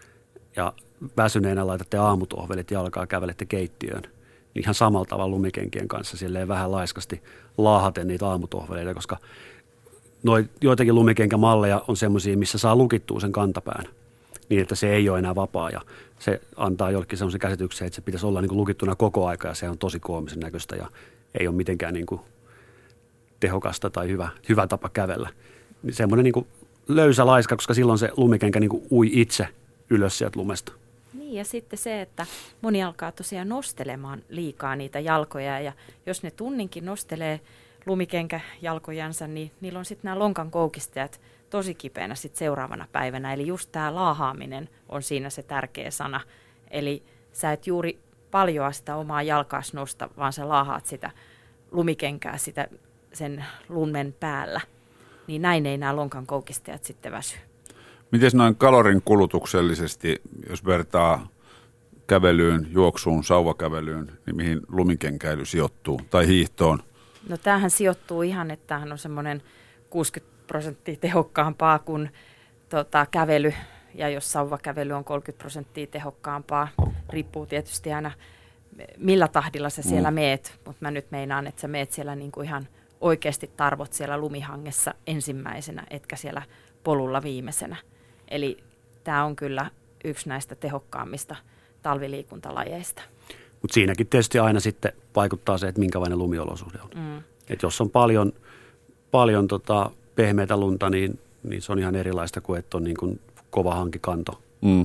ja väsyneenä laitatte aamutohvelit jalkaa, kävelette keittiöön. Ihan samalla tavalla lumikenkien kanssa silleen vähän laiskasti laahaten niitä aamutohveleita, koska noi, joitakin lumikenkämalleja on semmoisia, missä saa lukittua sen kantapään niin, että se ei ole enää vapaa ja se antaa jollekin semmoisen käsityksen, että se pitäisi olla niin kuin lukittuna koko aika ja se on tosi koomisen näköistä ja ei ole mitenkään niin kuin tehokasta tai hyvä, hyvä tapa kävellä. Niin semmoinen niin kuin löysä laiska, koska silloin se lumikenkä niin kuin ui itse ylös sieltä lumesta. Ja sitten se, että moni alkaa tosiaan nostelemaan liikaa niitä jalkoja ja jos ne tunninkin nostelee lumikenkäjalkojansa, niin niillä on sitten nämä lonkan koukistajat tosi kipeänä sitten seuraavana päivänä. Eli just tämä laahaaminen on siinä se tärkeä sana. Eli sä et juuri paljoa sitä omaa jalkaas nosta, vaan sä laahaat sitä lumikenkää sitä sen lumen päällä. Niin näin ei nämä lonkan koukistajat sitten väsy. Miten noin kalorin kulutuksellisesti, jos vertaa kävelyyn, juoksuun, sauvakävelyyn, niin mihin lumikenkäily sijoittuu tai hiihtoon? No tämähän sijoittuu ihan, että tämähän on semmoinen kuusikymmentä prosenttia tehokkaampaa kuin tota, kävely. Ja jos sauvakävely on kolmekymmentä prosenttia tehokkaampaa, riippuu tietysti aina millä tahdilla sä siellä mm. meet. Mutta mä nyt meinaan, että sä meet siellä niinku ihan oikeasti tarvot siellä lumihangessa ensimmäisenä, etkä siellä polulla viimeisenä. Eli tämä on kyllä yksi näistä tehokkaammista talviliikuntalajeista. Mutta siinäkin tietysti aina sitten vaikuttaa se, että minkälainen lumiolosuhde on. Mm. Et jos on paljon, paljon tota pehmeätä lunta, niin, niin se on ihan erilaista kuin että on niin kuin kova hankikanto. Mm.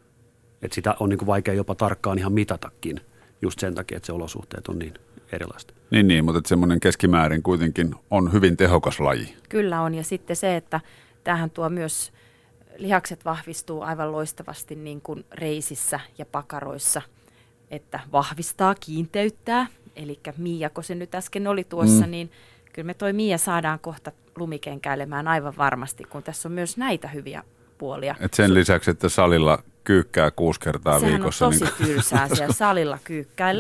Et sitä on niin kuin vaikea jopa tarkkaan ihan mitatakin just sen takia, että se olosuhteet on niin erilaista. Niin, niin mutta semmoinen keskimäärin kuitenkin on hyvin tehokas laji. Kyllä on ja sitten se, että tämähän tuo myös lihakset vahvistuu aivan loistavasti niin kuin reisissä ja pakaroissa, että vahvistaa, kiinteyttää. Eli Miia, kun se nyt äsken oli tuossa, mm. niin kyllä me toi Miia saadaan kohta lumikenkäilemään aivan varmasti, kun tässä on myös näitä hyviä puolia. Et sen lisäksi, että salilla kyykkää kuusi kertaa Sehän viikossa. Sehän on tosi niin tylsää siellä salilla kyykkäillä,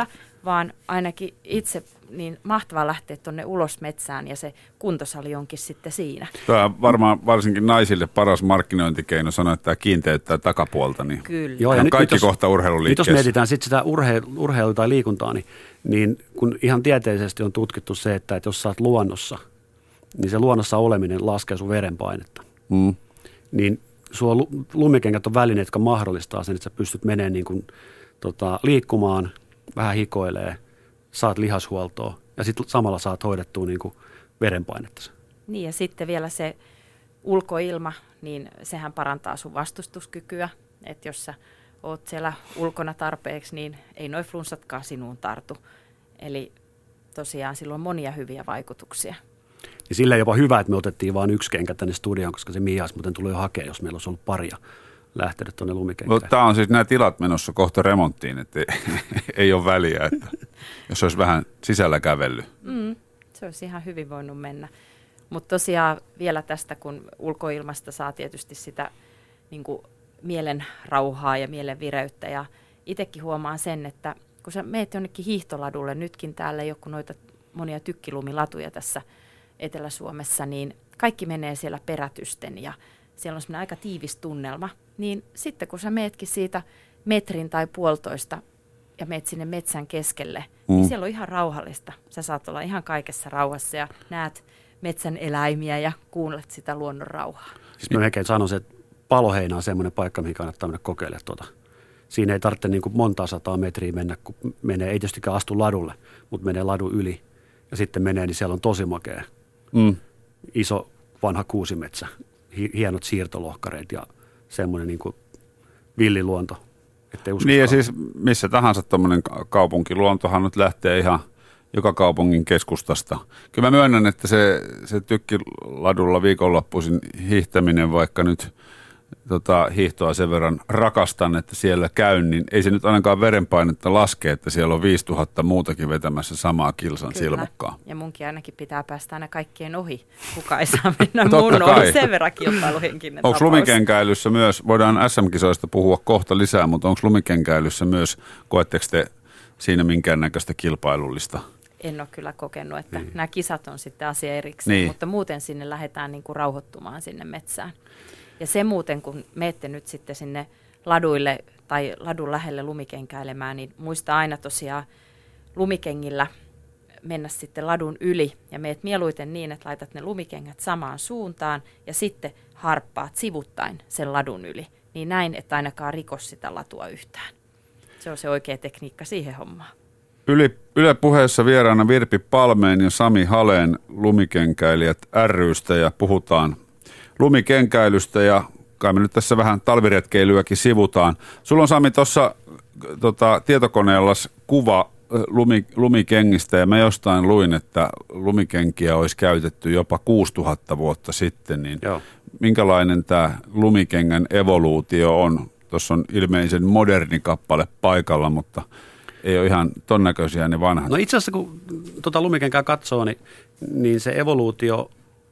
vaan ainakin itse niin mahtavaa lähteä tuonne ulos metsään ja se kuntosali onkin sitten siinä. Tämä on varmaan varsinkin naisille paras markkinointikeino sanoa, että tämä kiinteyttää takapuolta. Niin Kyllä. Joo, ja on nyt, kaikki nyt, kohta urheiluliikkeessä. Nyt jos mietitään sitten sitä urheilu, urheilua tai liikuntaa, niin, niin kun ihan tieteellisesti on tutkittu se, että, että jos sä oot luonnossa, niin se luonnossa oleminen laskee sun verenpainetta. Mm. Niin sulla lumikengät on välineet, jotka mahdollistaa sen, että sä pystyt menemään niin kuin, tota, liikkumaan, vähän hikoilee, saat lihashuoltoa ja sitten samalla saat hoidettua niin kuin verenpainetta. Niin ja sitten vielä se ulkoilma, niin sehän parantaa sun vastustuskykyä, että jos sä oot siellä ulkona tarpeeksi, niin ei noi flunssatkaan sinuun tartu. Eli tosiaan sillä on monia hyviä vaikutuksia. Ja sillä jopa hyvä, että me otettiin vain yksi kenkä tänne studioon, koska se Mia olisi muuten tullut jo hakea, jos meillä olisi ollut paria lähtenyt tuonne lumikenkään. Mutta tämä on siis nämä tilat menossa kohta remonttiin, että ei, ei ole väliä, että jos olisi vähän sisällä kävellyt. Mm, se olisi ihan hyvin voinut mennä. Mutta tosiaan vielä tästä, kun ulkoilmasta saa tietysti sitä niin kuin mielen rauhaa ja mielen vireyttä. Ja itsekin huomaan sen, että kun sä meet jonnekin hiihtoladulle, nytkin täällä ei ole kuin noita monia tykkilumilatuja tässä Etelä-Suomessa, niin kaikki menee siellä perätysten ja siellä on semmoinen aika tiivis tunnelma. Niin sitten kun sä meetkin siitä metrin tai puolitoista ja meet sinne metsän keskelle, mm. niin siellä on ihan rauhallista. Sä saat olla ihan kaikessa rauhassa ja näet metsän eläimiä ja kuulet sitä luonnon rauhaa. Siis mä melkein sanoisin, että Paloheinä on semmoinen paikka, mihin kannattaa mennä kokeilemaan tuota. Siinä ei tarvitse niin kuin monta sataa metriä mennä, kun menee, ei tietystikään astu ladulle, mutta menee ladun yli ja sitten menee, niin siellä on tosi makea. Mm. Iso vanha kuusimetsä, hienot siirtolohkareet ja semmoinen niin kuin villiluonto. Niin ja siis missä tahansa tuommoinen kaupunkiluontohan nyt lähtee ihan joka kaupungin keskustasta. Kyllä mä myönnän, että se, se tykkiladulla viikonloppuisin hiihtäminen, vaikka nyt tota, hiihtoa sen verran rakastan, että siellä käyn, niin ei se nyt ainakaan verenpainetta laske, että siellä on viisituhatta muutakin vetämässä samaa kilsan Kyllä. silmukkaa. Ja munkin ainakin pitää päästä aina kaikkien ohi. Kuka ei saa mennä mun ohi, sen verran kilpailuhenkinen tapaus. Onko lumikenkäilyssä myös, voidaan äs äm-kisoista puhua kohta lisää, mutta onko lumikenkäilyssä myös, koetteko te siinä minkäännäköistä kilpailullista? En ole kyllä kokenut, että niin. Nämä kisat on sitten asia erikseen, niin. Mutta muuten sinne lähdetään niin kuin rauhoittumaan sinne metsään. Ja se muuten, kun menette nyt sitten sinne laduille tai ladun lähelle lumikenkäilemään, niin muista aina tosiaan lumikengillä mennä sitten ladun yli. Ja meet mieluiten niin, että laitat ne lumikengät samaan suuntaan ja sitten harppaat sivuttain sen ladun yli. Niin näin, että ainakaan rikos sitä latua yhtään. Se on se oikea tekniikka siihen hommaan. Yle, Yle Puheessa vieraana Virpi Palmeen ja Sami Haleen lumikenkäilijät ry:stä ja puhutaan lumikenkäilystä ja kai me nyt tässä vähän talviretkeilyäkin sivutaan. Sulla on Sami tuossa tota, tietokoneellas kuva lumi, lumikengistä ja mä jostain luin, että lumikenkiä olisi käytetty jopa kuusituhatta vuotta sitten. Niin Joo. Minkälainen tämä lumikengän evoluutio on? Tuossa on ilmeisen moderni kappale paikalla, mutta ei ole ihan ton näköisiä ne vanhat. No itse asiassa kun tuota lumikenkää katsoo, niin, niin se evoluutio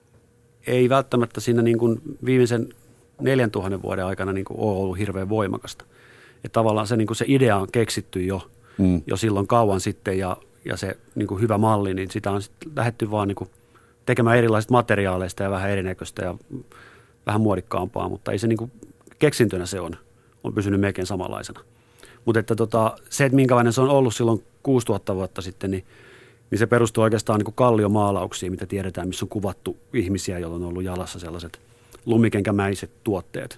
ei välttämättä siinä niin kuin viimeisen neljäntuhannen vuoden aikana niin kuin ole ollut hirveän voimakasta. Että tavallaan se, niin kuin se idea on keksitty jo, mm. jo silloin kauan sitten ja, ja se niin kuin hyvä malli, niin sitä on lähdetty vaan niin kuin tekemään erilaisista materiaaleista ja vähän erinäköistä ja vähän muodikkaampaa, mutta ei se niin kuin keksintönä se on, on pysynyt melkein samanlaisena. Mutta että tota, se, että minkälainen se on ollut silloin kuusituhatta vuotta sitten, niin, niin se perustuu oikeastaan niin kuin kalliomaalauksiin, mitä tiedetään, missä on kuvattu ihmisiä, joilla on ollut jalassa sellaiset lumikenkämäiset tuotteet.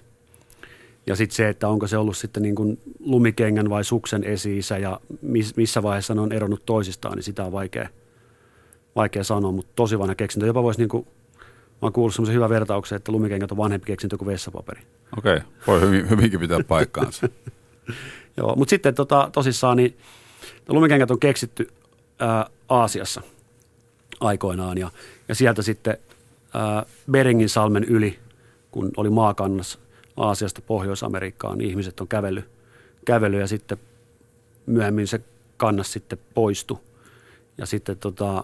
Ja sitten se, että onko se ollut sitten niin kuin lumikengän vai suksen esi-isä ja missä vaiheessa ne on eronnut toisistaan, niin sitä on vaikea, vaikea sanoa, mutta tosi vanha keksintö. Jopa voisi, niin kuin, mä oon kuullut semmoisen hyvän vertauksen, että lumikengät on vanhempi keksintö kuin vessapaperi. Okei, voi hyvin, hyvinkin pitää paikkaansa. Joo, mutta sitten tota, tosissaan niin lumikengät on keksitty ää, Aasiassa aikoinaan ja, ja sieltä sitten ää, Beringin salmen yli, kun oli maakannas Aasiasta Pohjois-Amerikkaan, niin ihmiset on kävellyt, kävellyt ja sitten myöhemmin se kannas sitten poistui ja sitten tota,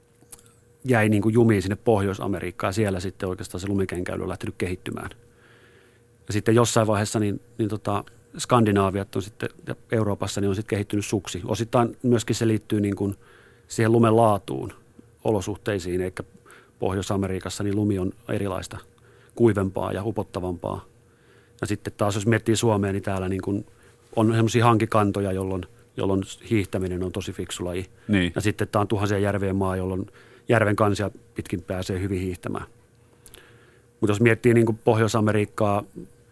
jäi niin kuin jumiin sinne Pohjois-Amerikkaan ja siellä sitten oikeastaan se lumikenkäily on lähtenyt kehittymään. Ja sitten jossain vaiheessa niin, niin tota, Skandinaaviat on sitten, ja Euroopassa niin on sitten kehittynyt suksi. Osittain myöskin se liittyy niin kuin siihen lumen laatuun, olosuhteisiin, eikä Pohjois-Amerikassa niin lumi on erilaista, kuivempaa ja upottavampaa. Ja sitten taas jos miettii Suomea, niin täällä niin kuin on sellaisia hankikantoja, jolloin, jolloin hiihtäminen on tosi fiksu laji. Niin. Ja sitten tämä on tuhansien järvien maa, jolloin järven kansia pitkin pääsee hyvin hiihtämään. Mutta jos miettii niin kuin Pohjois-Amerikkaa,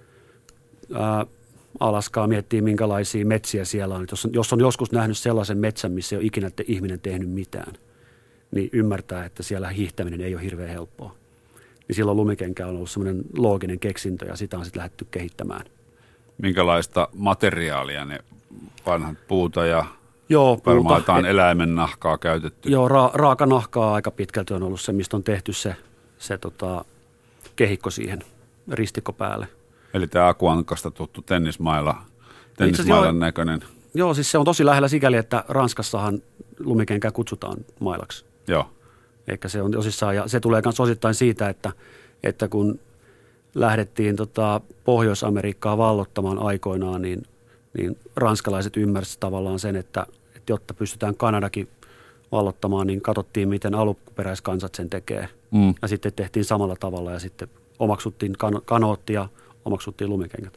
ää, Alaskaa, miettii minkälaisia metsiä siellä on. Jos on, jos on joskus nähnyt sellaisen metsän, missä ei ole ikinä te, ihminen tehnyt mitään, niin ymmärtää, että siellä hiihtäminen ei ole hirveän helppoa. Niin silloin lumikenkä on ollut semmoinen looginen keksintö ja sitä on sitten lähdetty kehittämään. Minkälaista materiaalia ne vanhat puuta ja Joo, varmaan jotain eläimen nahkaa käytetty? Joo, ra- raaka nahkaa aika pitkälti on ollut se, mistä on tehty se, se tota, kehikko siihen ristikko päälle. Eli tämä Akuankasta tuttu tennismaila, tennismailan näköinen. Joo, siis se on tosi lähellä sikäli, että Ranskassahan lumikenkä kutsutaan mailaksi. Joo. Eikä se on tosissaan, ja se tulee myös osittain siitä, että, että kun lähdettiin tota Pohjois-Amerikkaa vallottamaan aikoinaan, niin, niin ranskalaiset ymmärsivät tavallaan sen, että, että jotta pystytään Kanadakin vallottamaan, niin katsottiin, miten alkuperäiskansat sen tekee. Mm. Ja sitten tehtiin samalla tavalla, ja sitten omaksuttiin kan- kanootti ja omaksuttiin lumikengät.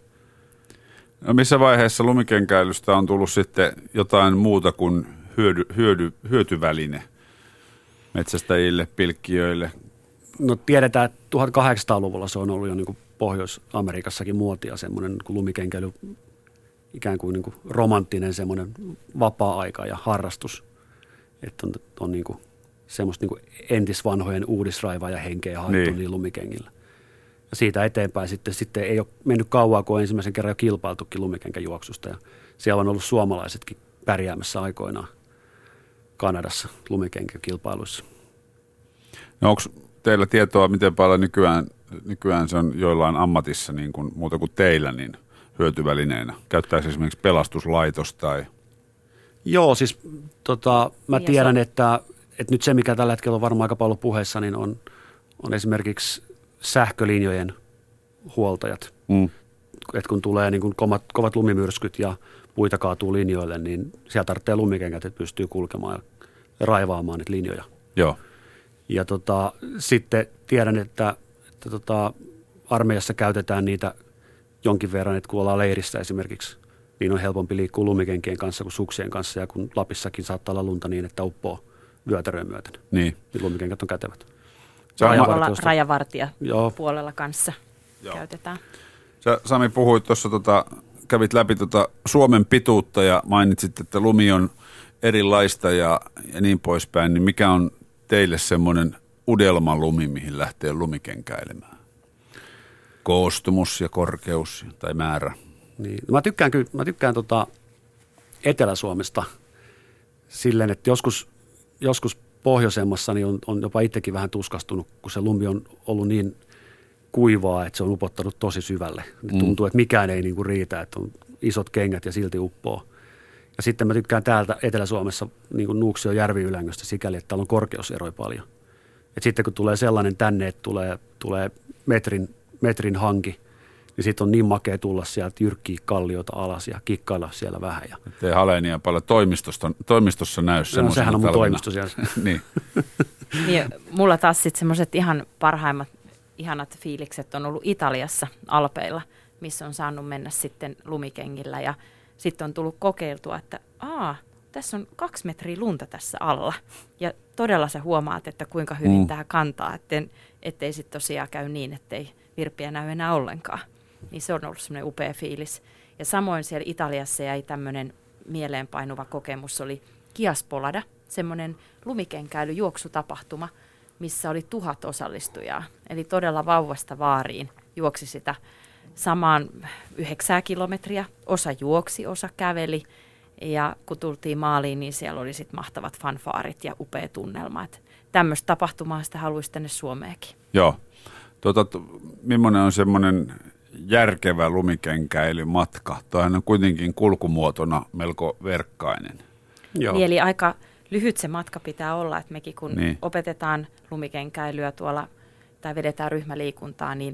No missä vaiheessa lumikenkäilystä on tullut sitten jotain muuta kuin hyödy, hyödy, hyötyväline metsästäjille, pilkkijöille? No tiedetään, että tuhatkahdeksansataaluvulla se on ollut jo niin kuin Pohjois-Amerikassakin muotia, semmoinen niin kuin lumikenkäily, ikään kuin, niin kuin romanttinen semmoinen vapaa-aika ja harrastus. Että on, on niin kuin semmoista niin kuin entisvanhojen uudisraivaa ja henkeä haettu niin. niin lumikengillä. Ja siitä eteenpäin sitten, sitten ei ole mennyt kauaa, kun on ensimmäisen kerran jo kilpailtukin lumikenkäjuoksusta. Ja siellä on ollut suomalaisetkin pärjäämässä aikoinaan Kanadassa lumikenkäkilpailuissa. No onko teillä tietoa, miten paljon nykyään, nykyään se on joillain ammatissa niin kuin, muuta kuin teillä niin hyötyvälineenä? Käyttääkö esimerkiksi pelastuslaitos tai? Joo, siis tota, mä tiedän, että, että nyt se, mikä tällä hetkellä on varmaan aika paljon puheessa, niin on, on esimerkiksi sähkölinjojen huoltajat. Mm. Et kun tulee niin kun kovat, kovat lumimyrskyt ja puita kaatuu linjoille, niin siellä tarvitsee lumikengät, että pystyy kulkemaan ja raivaamaan niitä linjoja. Joo. Ja tota, sitten tiedän, että, että tota, armeijassa käytetään niitä jonkin verran, että kun ollaan leirissä esimerkiksi, niin on helpompi liikkua lumikenkien kanssa kuin suksien kanssa. Ja kun Lapissakin saattaa olla lunta niin, että uppoo vyötäröön myöten, niin, niin lumikenkät on kätevät. Rajavartija, rajavartija puolella kanssa Joo. käytetään. Sä, Sami, puhuit tuossa, tota, kävit läpi tota Suomen pituutta ja mainitsit, että lumi on erilaista ja, ja niin poispäin. Niin mikä on teille semmoinen unelmalumi, mihin lähtee lumikenkäilemään? Koostumus ja korkeus tai määrä? Niin. Mä tykkään, kyllä, mä tykkään tota Etelä-Suomesta silleen, että joskus, joskus pohjoisemmassa niin on, on jopa itsekin vähän tuskastunut, kun se lumi on ollut niin kuivaa, että se on upottanut tosi syvälle. Mm. Tuntuu, että mikään ei niinku riitä, että on isot kengät ja silti uppoo. Ja sitten mä tykkään täältä Etelä-Suomessa niin kuin Nuuksion järviylängöstä sikäli, että täällä on korkeuseroja paljon. Et sitten kun tulee sellainen tänne, että tulee, tulee metrin, metrin hanki, niin sitten on niin makea tulla sieltä jyrkkiä kalliota alas ja kikkailla siellä vähän. Ja ettei Haleenia paljon toimistossa, toimistossa näy no, semmoisena sehän on mun talvena. Toimisto siellä. niin. niin. Mulla taas sitten semmoiset ihan parhaimmat, ihanat fiilikset on ollut Italiassa Alpeilla, missä on saanut mennä sitten lumikengillä ja sitten on tullut kokeiltua, että aa, tässä on kaksi metriä lunta tässä alla. Ja todella sä huomaat, että kuinka hyvin mm. tämä kantaa, etten, ettei sitten tosiaan käy niin, ettei virppiä näy enää ollenkaan. Niin se on ollut semmoinen upea fiilis. Ja samoin siellä Italiassa jäi tämmöinen mieleenpainuva kokemus, oli Kiaspolada, semmoinen lumikenkäilyjuoksutapahtuma, missä oli tuhat osallistujaa. Eli todella vauvasta vaariin juoksi sitä samaan yhdeksää kilometriä. Osa juoksi, osa käveli. Ja kun tultiin maaliin, niin siellä oli sitten mahtavat fanfaarit ja upea tunnelma. Että tämmöistä tapahtumaa sitä haluaisi tänne Suomeenkin. Joo. Tuota, millainen on semmoinen järkevä lumikenkäilymatka? Tuohan on kuitenkin kulkumuotona melko verkkainen. Joo. Niin, eli aika lyhyt se matka pitää olla, että mekin kun niin. opetetaan lumikenkäilyä tuolla tai vedetään ryhmäliikuntaa, niin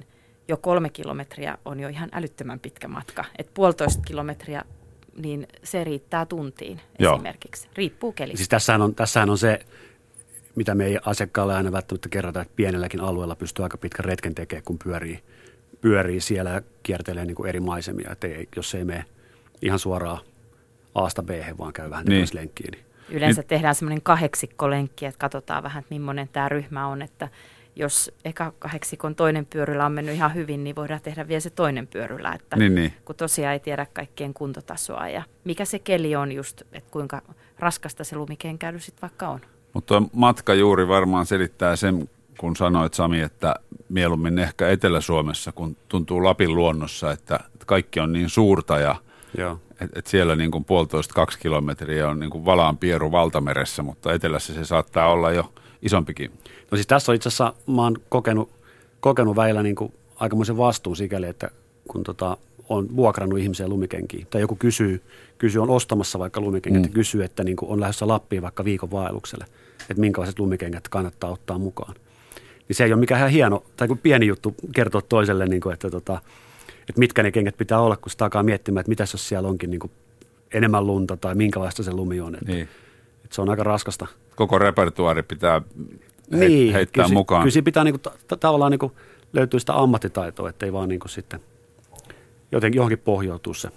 jo kolme kilometriä on jo ihan älyttömän pitkä matka. Että puolitoista kilometriä, niin se riittää tuntiin Joo. esimerkiksi. Riippuu kelistä. Siis tässähän on, tässähän on se, mitä me ei asiakkaalle aina välttämättä kerrota, että pienelläkin alueella pystyy aika pitkän retken tekemään, kun pyörii, pyörii siellä ja kiertelee niin kuin eri maisemia. Että ei, jos ei mene ihan suoraan A:sta B:hen, vaan käy vähän niin. lenkkiä. Niin. Yleensä niin. tehdään semmoinen kahdeksikkolenkki, että katsotaan vähän, että millainen tämä ryhmä on, että jos eka kahdeksikon toinen pyöryllä on mennyt ihan hyvin, niin voidaan tehdä vielä se toinen pyöryllä, että niin, niin. kun tosiaan ei tiedä kaikkien kuntotasoa ja mikä se keli on just, että kuinka raskasta se lumikenkäily sitten vaikka on. Mutta matka juuri varmaan selittää sen, kun sanoit Sami, että mieluummin ehkä Etelä-Suomessa, kun tuntuu Lapin luonnossa, että kaikki on niin suurta ja että et siellä niin kuin puolitoista kaksi kilometriä on niin kuin valaan pieru valtameressä, mutta etelässä se saattaa olla jo isompikin. No siis tässä on itse asiassa, mä oon kokenut, kokenut väillä niin kuin aikamoisen vastuun sikäli, että kun tota, on vuokrannut ihmisiä lumikenkiin, tai joku kysyy, kysyy on ostamassa vaikka lumikengät, mm. ja kysyy, että niin kuin on lähdössä Lappiin vaikka viikon vaellukselle, että minkälaiset lumikengät kannattaa ottaa mukaan. Niin se ei ole mikään ihan hieno, tai kuin pieni juttu kertoa toiselle, niin kuin, että, tota, että mitkä ne kengät pitää olla, kun sitä alkaa miettimään, että mitäs jos siellä onkin niin kuin enemmän lunta, tai minkälaista se lumi on. Että, niin. että se on aika raskasta. Koko repertuaari pitää he, niin, heittää kyllä, mukaan. Kyllä pitää niin kuin, t- tavallaan niin kuin löytyä sitä ammattitaitoa, ettei vaan niin kuin sitten jotenkin johonkin pohjautuu se.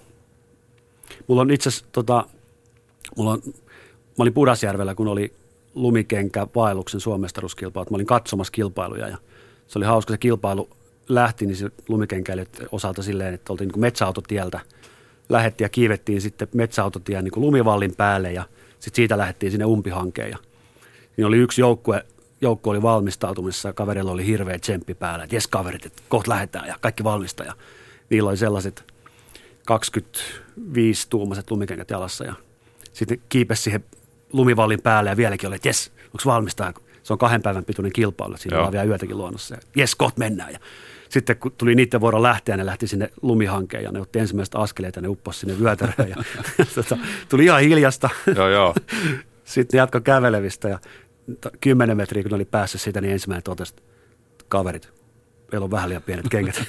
Mulla on itse asiassa, tota, mulla on, mä olin Pudasjärvellä, kun oli lumikenkä vaelluksen suomestaruuskilpailut. Mä olin katsomassa kilpailuja ja se oli hauska, se kilpailu lähti, niin se lumikenkäilijät osalta silleen, että oltiin niin kuin metsäautotieltä, lähettiin ja kiivettiin sitten metsäautotien niin kuin lumivallin päälle ja sitten siitä lähdettiin sinne umpihankeen ja niin oli yksi joukkue, joukko oli valmistautumassa ja kaverilla oli hirveä tsemppi päällä, että jes kaverit, että kohta lähdetään ja kaikki valmista ja niillä oli sellaiset kaksikymmentäviisi tuumaiset lumikengät jalassa ja sitten kiipesi siihen lumivallin päälle ja vieläkin oli, että jes, onko valmistaa? Se on kahden päivän pituinen kilpailu, siinä ollaan vielä yötäkin luonnossa. Jes, kohta mennään. Ja sitten kun tuli niiden vuoro lähteä, ne lähti sinne lumihankeen ja ne otti ensimmäistä askeleita ja ne upposi sinne vyötäröön. Ja tota, tuli ihan hiljasta. Joo, joo. Sitten ne jatkoi kävelevistä ja kymmenen metriä kun ne oli päässyt siitä, niin ensimmäinen totesi, kaverit, meillä on vähän liian pienet kengät.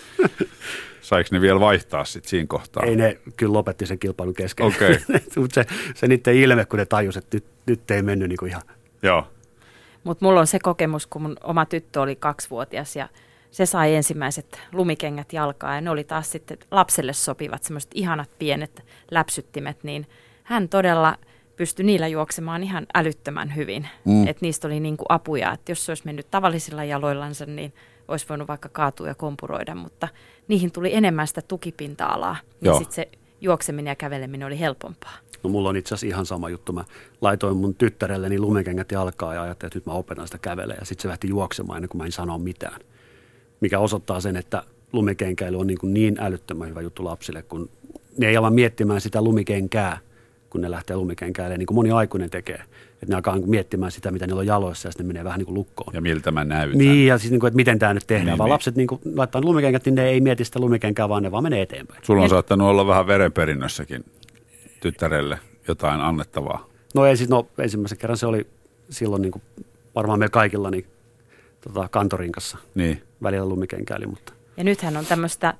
Saiko ne vielä vaihtaa sitten siinä kohtaa? Ei, ne kyllä lopetti sen kilpailun kesken. Okei. Okay. Mutta se, se niiden ilme, kun ne tajusivat, että nyt, nyt ei mennyt niin kuin ihan. Joo. Mutta mulla on se kokemus, kun mun oma tyttö oli kaksivuotias ja se sai ensimmäiset lumikengät jalkaan ja ne oli taas sitten lapselle sopivat semmoiset ihanat pienet läpsyttimet, niin hän todella pystyi niillä juoksemaan ihan älyttömän hyvin. Mm. Että niistä oli niinku apuja, että jos se olisi mennyt tavallisilla jaloillansa, niin olisi voinut vaikka kaatua ja kompuroida, mutta niihin tuli enemmän sitä tukipinta-alaa, niin sitten se juokseminen ja käveleminen oli helpompaa. No mulla on itse asiassa ihan sama juttu. Mä laitoin mun tyttärelleni lumikengät jalkaan ja ajattelin, että nyt mä opetan sitä kävelemään. Ja sitten se lähti juoksemaan ennen kuin mä en sano mitään. Mikä osoittaa sen, että lumikenkäily on niin, kuin niin älyttömän hyvä juttu lapsille, kun ne ei ala miettimään sitä lumikenkää, kun ne lähtee lumikenkäilemään, niin kuin moni aikuinen tekee. Että ne alkaa miettimään sitä, mitä niillä on jaloissa ja sitten ne menee vähän niin kuin lukkoon. Ja miltä mä näytän. Niin, ja siis niin kuin, että miten tämä nyt tehdään. Niin, vaan niin. Lapset niin kuin, laittaa lumikengät, niin ne ei mieti sitä lumikenkää, vaan ne vaan menee eteenpäin. Sulla on ja saattanut olla vähän verenperinnössäkin tyttärelle jotain annettavaa. No ei siis, no ensimmäisen kerran se oli silloin niin kuin varmaan meillä kaikilla niin, tota, kantorinkassa niin. Välillä lumikenkäili. Mutta. Ja nythän on tämmöistä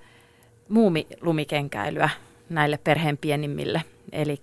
muumilumikenkäilyä näille perheen pienimmille. Eli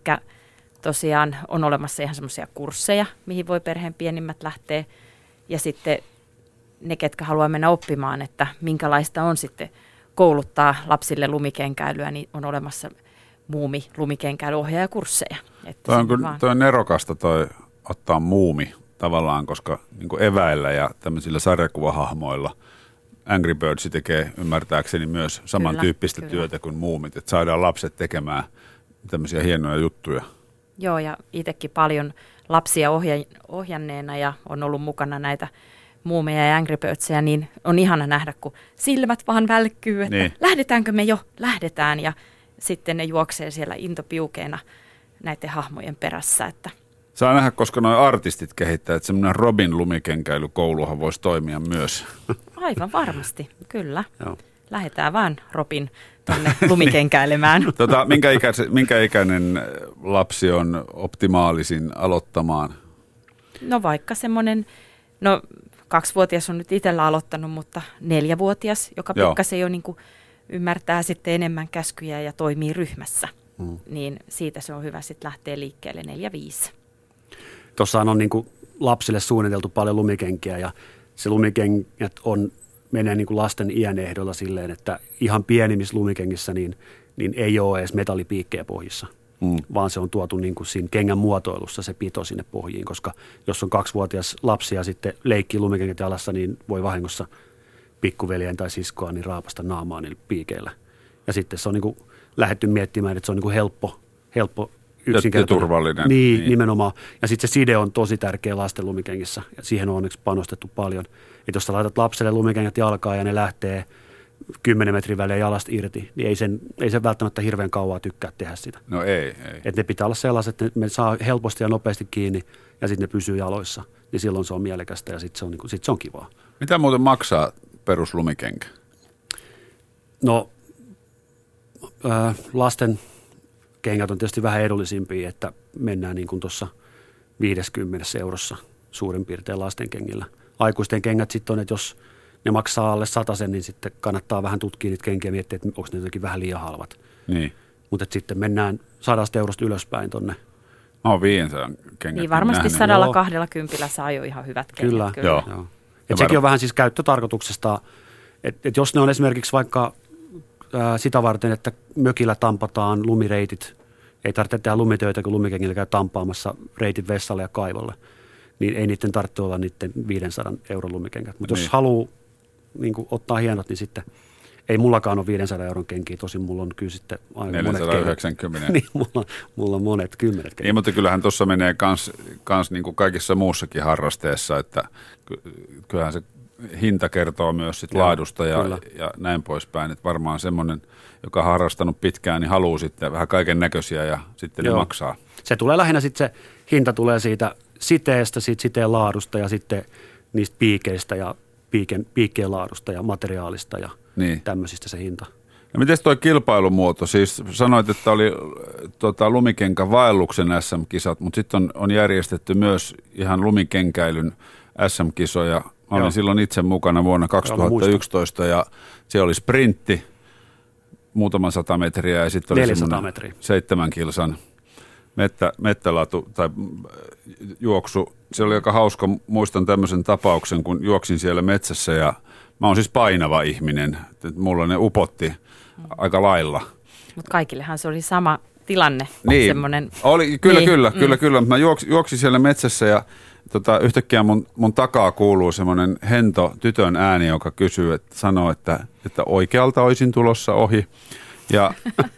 tosiaan on olemassa ihan semmoisia kursseja, mihin voi perheen pienimmät lähteä. Ja sitten ne, ketkä haluaa mennä oppimaan, että minkälaista on sitten kouluttaa lapsille lumikenkäilyä, niin on olemassa muumi lumikenkäilyohjaajakursseja. Toi on, toi on nerokasta toi ottaa muumi tavallaan, koska niin kuin eväillä ja tämmöisillä sarjakuvahahmoilla Angry Birds tekee ymmärtääkseni myös samantyyppistä kyllä, työtä kyllä. kuin muumit, että saadaan lapset tekemään tämmöisiä hienoja juttuja. Joo, ja itsekin paljon lapsia ohja- ohjanneena ja on ollut mukana näitä muumeja ja Angry Birdsia, niin on ihana nähdä, kun silmät vaan välkkyy, että niin. lähdetäänkö me jo, lähdetään, ja sitten ne juoksee siellä intopiukeena näiden hahmojen perässä. Että. Saa nähdä, koska nuo artistit kehittää, että semmoinen Robin lumikenkäilykouluhan voisi toimia myös. Aivan varmasti, kyllä. Joo. Lähdetään vaan Robin tuonne lumikenkäilemään. tota, minkä, ikäisen, minkä ikäinen lapsi on optimaalisin aloittamaan? No vaikka semmoinen, no kaksivuotias on nyt itsellä aloittanut, mutta neljävuotias, joka pikkasen jo niin kuin ymmärtää sitten enemmän käskyjä ja toimii ryhmässä, mm. niin siitä se on hyvä sitten lähteä liikkeelle neljä viisi. Tuossahan on niin kuin lapsille suunniteltu paljon lumikenkiä ja se lumikengät on, menee niin kuin lasten iän ehdolla silleen, että ihan pienimmissä lumikengissä niin, niin ei ole edes metallipiikkejä pohjissa, mm. vaan se on tuotu niin kuin siinä kengän muotoilussa se pito sinne pohjiin, koska jos on kaksivuotias lapsi ja sitten leikkii lumikengät jalassa, niin voi vahingossa pikkuveljen tai siskoa niin raapasta naamaa niillä piikeillä. Ja sitten se on niin kuin lähdetty miettimään, että se on niin kuin helppo, helppo yksinkertainen. Turvallinen. Niin, niin, nimenomaan. Ja sitten se side on tosi tärkeä lasten lumikengissä. Ja siihen on onneksi panostettu paljon. Että jos sä laitat lapselle lumikengät jalkaan ja ne lähtee kymmenen metrin välein jalasta irti, niin ei sen, ei sen välttämättä hirveän kauaa tykkää tehdä sitä. No ei, ei. Että ne pitää olla sellaiset, että ne saa helposti ja nopeasti kiinni ja sitten ne pysyy jaloissa. Niin silloin se on mielekästä ja sitten se on, niin kuin, sit se on kivaa. Mitä muuten maksaa peruslumikenkä? No äh, lasten kengät on tietysti vähän edullisimpia, että mennään niin kuin tuossa viisikymmentä eurossa suurin piirtein lasten kengillä. Aikuisten kengät sitten on, että jos ne maksaa alle satasen, niin sitten kannattaa vähän tutkia niitä kenkiä ja miettiä, että onko ne jotenkin vähän liian halvat. Niin. Mutta sitten mennään sadasta eurosta ylöspäin tonne. Mä oon viisisataa kengät. Niin varmasti sadalla kahdella kympillä saa jo ihan hyvät kengät. Kyllä, kyllä. Joo. Joo. Et sekin on vähän siis käyttötarkoituksesta, että et jos ne on esimerkiksi vaikka ää, sitä varten, että mökillä tampataan lumireitit, ei tarvitse tehdä lumitöitä, kun lumikengillä käy tampaamassa reitit vessalle ja kaivolle, niin ei niiden tarvitse olla niiden viisisataa euron lumikengät. Mutta niin. Jos haluaa niin ottaa hienot, niin sitten ei mullakaan ole viisisataa euron kenkiä, tosin mulla on kyllä sitten aina neljäsataayhdeksänkymmentä. Niin, mulla, mulla on monet kymmenet kengät. Niin, mutta kyllähän tuossa menee kans, kans niin kuin kaikissa muussakin harrasteessa, että kyllähän se hinta kertoo myös sit Joo, laadusta ja, ja näin poispäin. Että varmaan semmoinen, joka on harrastanut pitkään, niin haluaa sitten vähän kaiken näköisiä ja sitten Joo. ne maksaa. Se tulee lähinnä sitten se hinta tulee siitä siteestä, siitä siteen laadusta ja sitten niistä piikeistä ja piiken, piikkien laadusta ja materiaalista ja niin. tämmöisistä se hinta. No miten tuo kilpailumuoto? Siis sanoit, että oli tota, lumikenkä vaelluksen S M-kisat, mutta sitten on, on järjestetty myös ihan lumikenkäilyn S M-kisoja. Mä olin Joo. silloin itse mukana vuonna kaksituhattayksitoista ja se oli sprintti, muutaman sata metriä ja sitten oli semmoinen seitsemän kilsan mettä, mettälaatu tai juoksu. Se oli aika hauska, muistan tämmöisen tapauksen, kun juoksin siellä metsässä ja mä oon siis painava ihminen, että mulla ne upotti aika lailla. Mutta kaikillehan se oli sama tilanne. Niin, semmoinen... oli, kyllä, niin. kyllä, mm. kyllä, kyllä. Mä juoksin, juoksin siellä metsässä ja tota, yhtäkkiä mun, mun takaa kuuluu semmoinen hento tytön ääni, joka kysyy, että sanoo, että, että oikealta olisin tulossa ohi. Ja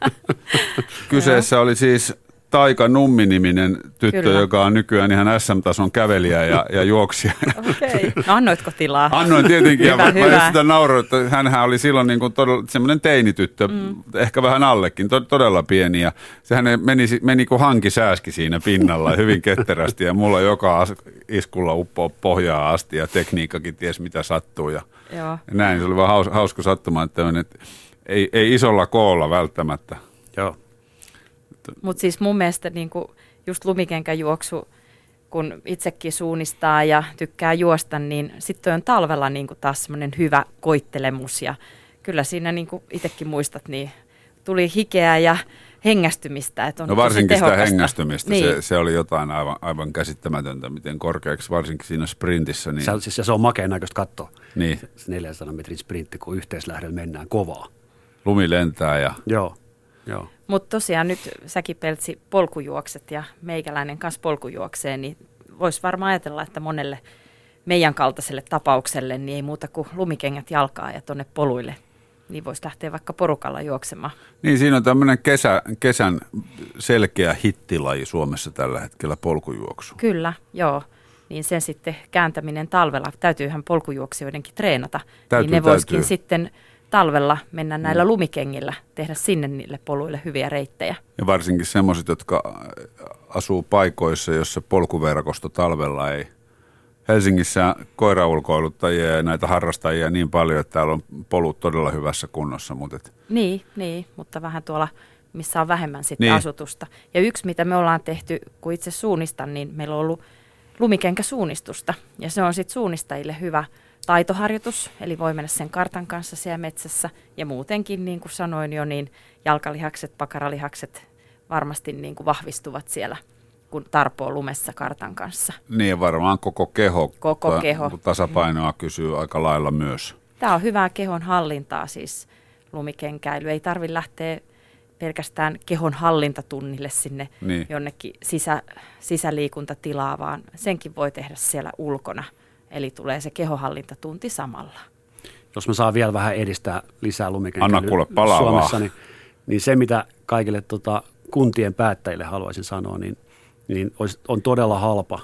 kyseessä oli siis Taika Nummi-niminen tyttö, Kyllä. joka on nykyään ihan S M-tason kävelijä ja, ja juoksija. Okei. No annoitko tilaa? Annoin tietenkin. hyvä, ja hyvä. Mä sitä nauroin, että hänhän oli silloin niin kuin todella, semmoinen teinityttö, mm. ehkä vähän allekin, to, todella pieni. Ja sehän meni, meni kuin hankisääski siinä pinnalla hyvin ketterästi ja mulla joka as, iskulla uppoo pohjaa asti ja tekniikkakin ties mitä sattuu. Ja, ja näin, se oli vaan haus, hauska sattuma, että, että ei, ei isolla koolla välttämättä. Joo. Mutta siis mun mielestä niinku just lumikenkäjuoksu, kun itsekin suunnistaa ja tykkää juosta, niin sitten on talvella niinku taas semmoinen hyvä koittelemus. Ja kyllä siinä niinku itsekin muistat, niin tuli hikeä ja hengästymistä. Että on no varsinkin sitä hengästymistä, niin. se, se oli jotain aivan, aivan käsittämätöntä, miten korkeaksi, varsinkin siinä sprintissä. Niin... Se, siis, se on makea näköistä katsoa, niin. se neljänsadan metrin sprintti, kun yhteislähdellä mennään kovaa. Lumi lentää ja... Joo, joo. Mutta tosiaan nyt säkin Peltsi polkujuokset ja meikäläinen kanssa polkujuoksee, niin voisi varmaan ajatella, että monelle meidän kaltaiselle tapaukselle niin ei muuta kuin lumikengät jalkaa ja tuonne poluille, niin voisi lähteä vaikka porukalla juoksemaan. Niin, siinä on tämmöinen kesä, kesän selkeä hittilaji Suomessa tällä hetkellä, polkujuoksu. Kyllä, joo. Niin sen sitten kääntäminen talvella, täytyyhän polkujuoksijoidenkin treenata, täytyy, niin ne voisikin täytyy. sitten talvella mennä näillä mm. lumikengillä, tehdä sinne niille poluille hyviä reittejä. Ja varsinkin semmoiset, jotka asuu paikoissa, jossa polkuverkosto talvella ei. Helsingissä koiraulkoiluttajia ja näitä harrastajia niin paljon, että täällä on polut todella hyvässä kunnossa. Mutta et... Niin, niin, mutta vähän tuolla, missä on vähemmän sitten niin. asutusta. Ja yksi, mitä me ollaan tehty, kun itse suunnistan, niin meillä on ollut lumikenkäsuunnistusta. Ja se on sitten suunnistajille hyvä taitoharjoitus, eli voi mennä sen kartan kanssa siellä metsässä. Ja muutenkin, niin kuin sanoin jo, niin jalkalihakset, pakaralihakset varmasti niin kuin vahvistuvat siellä, kun tarpoo lumessa kartan kanssa. Niin, varmaan koko keho. Koko ta- keho. Tasapainoa kysyy aika lailla myös. Tämä on hyvää kehon hallintaa siis lumikenkäily. Ei tarvitse lähteä pelkästään kehon hallintatunnille sinne niin. jonnekin sisä, sisäliikuntatilaan, vaan senkin voi tehdä siellä ulkona. Eli tulee se kehohallintatunti samalla. Jos mä saan vielä vähän edistää lisää lumikenkäilyä Anna kuule palaa Suomessa, niin, niin se mitä kaikille tota, kuntien päättäjille haluaisin sanoa, niin, niin olisi, on todella halpa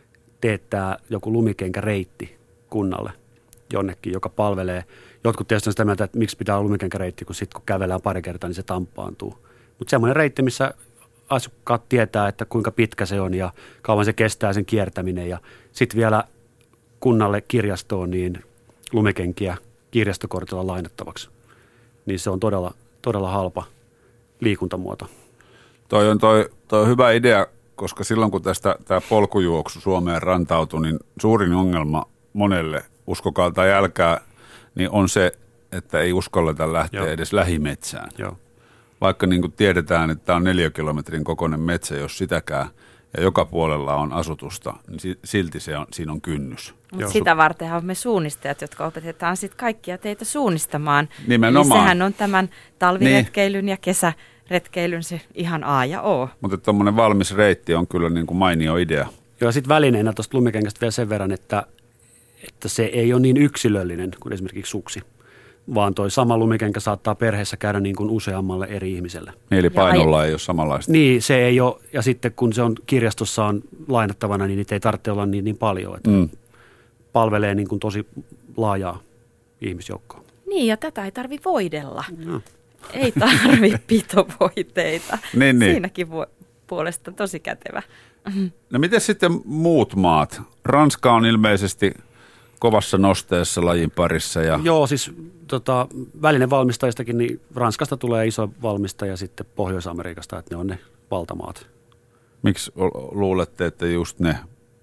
teettää joku lumikenkäreitti kunnalle jonnekin, joka palvelee. Jotkut tietysti on sitä mieltä, että miksi pitää olla lumikenkäreitti, kun sitten kun kävellään pari kertaa, niin se tampaantuu. Mutta semmoinen reitti, missä asukkaat tietää, että kuinka pitkä se on ja kauan se kestää sen kiertäminen. Ja sitten vielä kunnalle kirjastoon niin lumikenkiä kirjastokortilla lainattavaksi. Niin se on todella, todella halpa liikuntamuoto. Toi on, toi, toi on hyvä idea, koska silloin kun tästä tämä polkujuoksu Suomeen rantautui, niin suurin ongelma monelle, uskokaa tai älkää, niin on se, että ei uskalleta lähteä Joo. edes lähimetsään. Joo. Vaikka niin kuin tiedetään, että tämä on neljä kilometrin kokoinen metsä, jos sitäkään, ja joka puolella on asutusta, niin silti se on, siinä on kynnys. Mutta sitä vartenhan on me suunnistajat, jotka opetetaan sitten kaikkia teitä suunnistamaan. Nimenomaan. Eli sehän on tämän talviretkeilyn niin. ja kesäretkeilyn se ihan A ja O. Mutta tuommoinen valmis reitti on kyllä niin kuin mainio idea. Joo, sitten välineenä tuosta lumikengästä vielä sen verran, että, että se ei ole niin yksilöllinen kuin esimerkiksi suksi, vaan toi sama lumikenkä saattaa perheessä käydä niin kuin useammalle eri ihmiselle. Niin, eli painolla ai- ei ole samanlaista. Niin, se ei ole, ja sitten kun se on kirjastossa on lainattavana, niin niitä ei tarvitse olla niin, niin paljon, että mm. palvelee niin kuin tosi laajaa ihmisjoukkoa. Niin, ja tätä ei tarvi voidella. No. Ei tarvi pitovoiteita. niin, niin. Siinäkin vo- puolesta tosi kätevä. No miten sitten muut maat? Ranska on ilmeisesti kovassa nosteessa lajin parissa. Ja Joo, siis tota, välinevalmistajistakin, niin Ranskasta tulee iso valmistaja sitten Pohjois-Amerikasta, että ne on ne valtamaat. Miksi luulette, että just ne?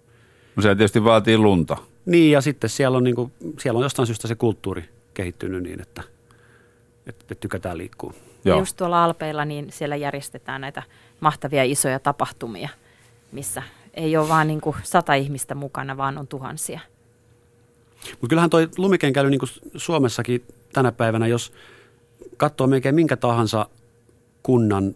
No se tietysti vaatii lunta. Niin, ja sitten siellä on, niin kuin, siellä on jostain syystä se kulttuuri kehittynyt niin, että, että tykätään liikkua. Ja just tuolla Alpeilla, niin siellä järjestetään näitä mahtavia isoja tapahtumia, missä ei ole vaan niin kuin sata ihmistä mukana, vaan on tuhansia. Mutta kyllähän toi lumikenkäily niin kuin Suomessakin tänä päivänä, jos katsoo melkein minkä tahansa kunnan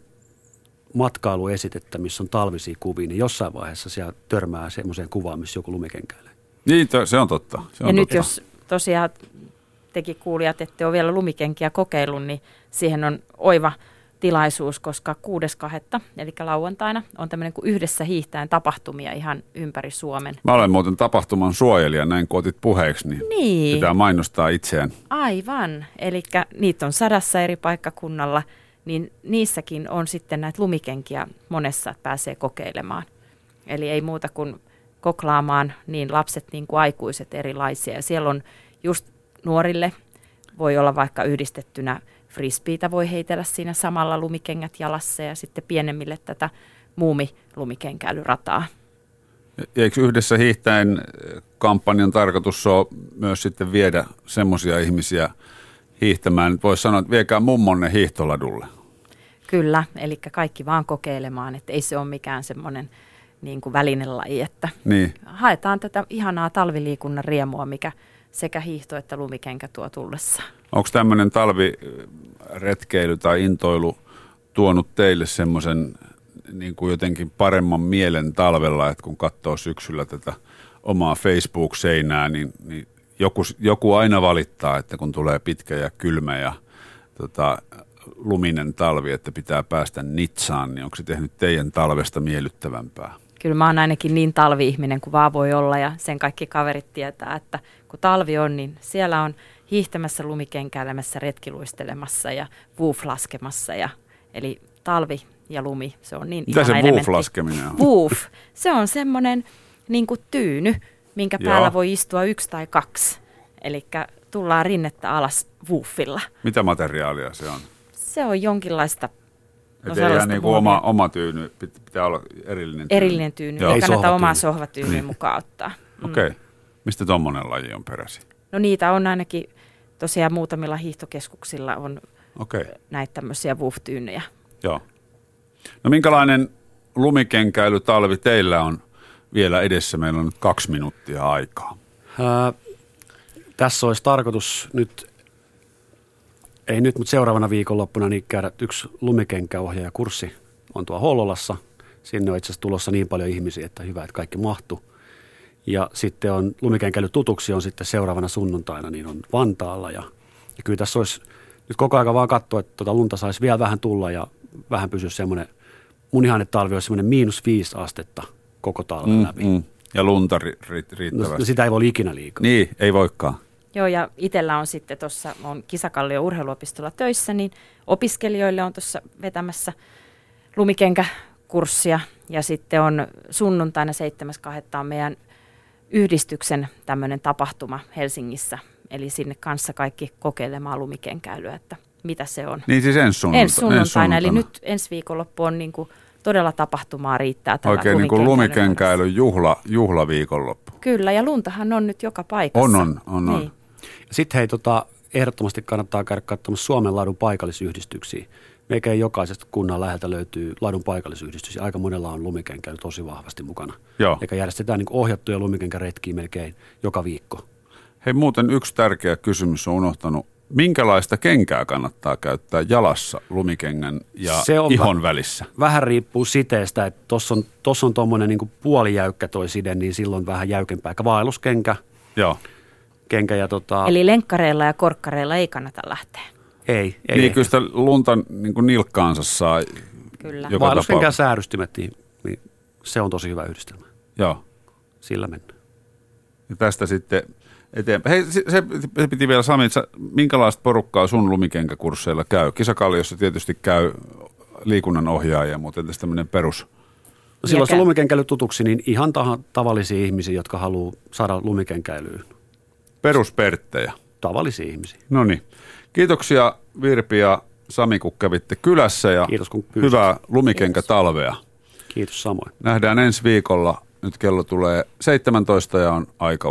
matkailuesitettä, missä on talvisia kuvia, niin jossain vaiheessa siellä törmää semmoiseen kuvaan, missä joku lumikenkäilee. Niin, se on totta. Se on ja totta. nyt jos tosiaan tekin kuulijat, ette ole vielä lumikenkiä kokeillut, niin siihen on oiva tilaisuus, koska kuudes toista eli lauantaina on tämmöinen kuin yhdessä hiihtäen tapahtumia ihan ympäri Suomen. Mä olen muuten tapahtuman suojelija, näin kun otit puheeksi, niin, niin. pitää mainostaa itseään. Aivan, eli niitä on sadassa eri paikkakunnalla, niin niissäkin on sitten näitä lumikenkiä monessa, että pääsee kokeilemaan. Eli ei muuta kuin koklaamaan niin lapset niin kuin aikuiset erilaisia. Ja siellä on just nuorille, voi olla vaikka yhdistettynä frisbeitä, voi heitellä siinä samalla lumikengät jalassa ja sitten pienemmille tätä muumi-lumikenkäilyrataa. Eikö yhdessä hiihtäen kampanjan tarkoitus ole myös sitten viedä semmoisia ihmisiä hiihtämään, että voisi sanoa, että viekää mummonne hiihtoladulle? Kyllä, eli kaikki vaan kokeilemaan, että ei se ole mikään semmoinen niin kuin välinelaji, että niin. haetaan tätä ihanaa talviliikunnan riemua, mikä sekä hiihto että lumikenkä tuo tullessaan. Onko tämmöinen talviretkeily tai intoilu tuonut teille semmoisen niin kuin jotenkin paremman mielen talvella, että kun katsoo syksyllä tätä omaa Facebook-seinää, niin, niin joku, joku aina valittaa, että kun tulee pitkä ja kylmä ja tota, luminen talvi, että pitää päästä Nitsaan, niin onko se tehnyt teidän talvesta miellyttävämpää? Kyllä mä oon ainakin niin talvi-ihminen kuin vaan voi olla ja sen kaikki kaverit tietää, että kun talvi on, niin siellä on hiihtämässä, lumikenkäilemässä, retkiluistelemassa ja woof laskemassa. Ja, eli talvi ja lumi, se on niin Mitä ihana se elementti. woof laskeminen on? Woof, se on semmoinen niin kuin tyyny, minkä Joo. päällä voi istua yksi tai kaksi. Eli tullaan rinnettä alas woofilla. Mitä materiaalia se on? Se on jonkinlaista No ei ihan niin kuin oma, oma tyyny, pitää olla erillinen tyyny. Erillinen tyyny, joo. Ei kannata omaa sohvatyynyä niin. mukaan ottaa. Mm. Okei. Okay. Mistä tommonen laji on peräisin? No niitä on ainakin tosiaan muutamilla hiihtokeskuksilla on okay. näitä tämmöisiä woof-tyynejä. Joo. No minkälainen lumikenkäilytalvi teillä on vielä edessä? Meillä on nyt kaksi minuuttia aikaa. Ää, tässä olisi tarkoitus nyt, ei nyt, mutta seuraavana viikonloppuna niin käydä yksi lumikenkäohjaajakurssi on tuo Hollolassa. Sinne on itse asiassa tulossa niin paljon ihmisiä, että hyvä, että kaikki mahtuu. Ja sitten on lumikenkäily tutuksi on sitten seuraavana sunnuntaina, niin on Vantaalla. Ja, ja kyllä tässä olisi nyt koko ajan vaan katsoa, että tuota lunta saisi vielä vähän tulla ja vähän pysyä semmoinen, mun ihanne talvi olisi semmoinen miinus viisi astetta koko talven mm, läpi. Mm. Ja lunta ri, ri, riittävästi. No, sitä ei voi ikinä liikaa. Niin, ei voikaan. Joo, ja itsellä on sitten tuossa, on Kisakallio urheiluopistolla töissä, niin opiskelijoille on tuossa vetämässä lumikenkäkurssia. Ja sitten on sunnuntaina seitsemäs toinen on meidän yhdistyksen tämmöinen tapahtuma Helsingissä. Eli sinne kanssa kaikki kokeilemaan lumikenkäilyä, että mitä se on. Niin siis ensi sunnuntaina. Ensi sunnuntaina, ensi sunnuntaina. Eli nyt ensi viikonloppu on niin kuin todella tapahtumaa riittää. Oikein niin kuin lumikenkäilyn juhla, juhlaviikonloppu. Kyllä, ja luntahan on nyt joka paikassa. On, on, on. Niin. on. Sitten hei, tota, ehdottomasti kannattaa käydä katsomassa Suomen ladun paikallisyhdistyksiä. Meikä jokaisesta kunnan läheltä löytyy ladun paikallisyhdistys, ja aika monella on lumikenkäily tosi vahvasti mukana. Joo. Eikä järjestetään niin ohjattuja lumikenkäretkiä melkein joka viikko. Hei, muuten yksi tärkeä kysymys on unohtanut. Minkälaista kenkää kannattaa käyttää jalassa lumikengän ja ihon vä- välissä? Vähän riippuu siteestä, että tuossa on, tossa on tuommoinen niin puolijäykkä toi side, niin silloin vähän jäykempää. Eikä vaelluskenkä. Joo. Kenkä ja tota... Eli lenkkareilla ja korkkareilla ei kannata lähteä. Ei. ei niin kyllä sitä lunta niin kuin nilkkaansa saa. Kyllä. Vaelluskenkä ja säärystimet, niin, niin se on tosi hyvä yhdistelmä. Joo. Sillä mennään. Ja tästä sitten... eteenpäin. Hei, se, se piti vielä Sami, että minkälaista porukkaa sun lumikenkäkursseilla käy? Kisakalliossa tietysti käy liikunnan ohjaaja, mutta entäs tämmöinen perus? No silloin se lumikenkäily tutuksi, niin ihan ta- tavallisia ihmisiä, jotka haluaa saada lumikenkäilyyn. Perusperttejä. Tavallisia ihmisiä. No niin. Kiitoksia Virpi ja Sami, kun kävitte kylässä ja Kiitos, kun hyvää lumikenkätalvea. Kiitos samoin. Nähdään ensi viikolla. Nyt kello tulee seitsemäntoista ja on aika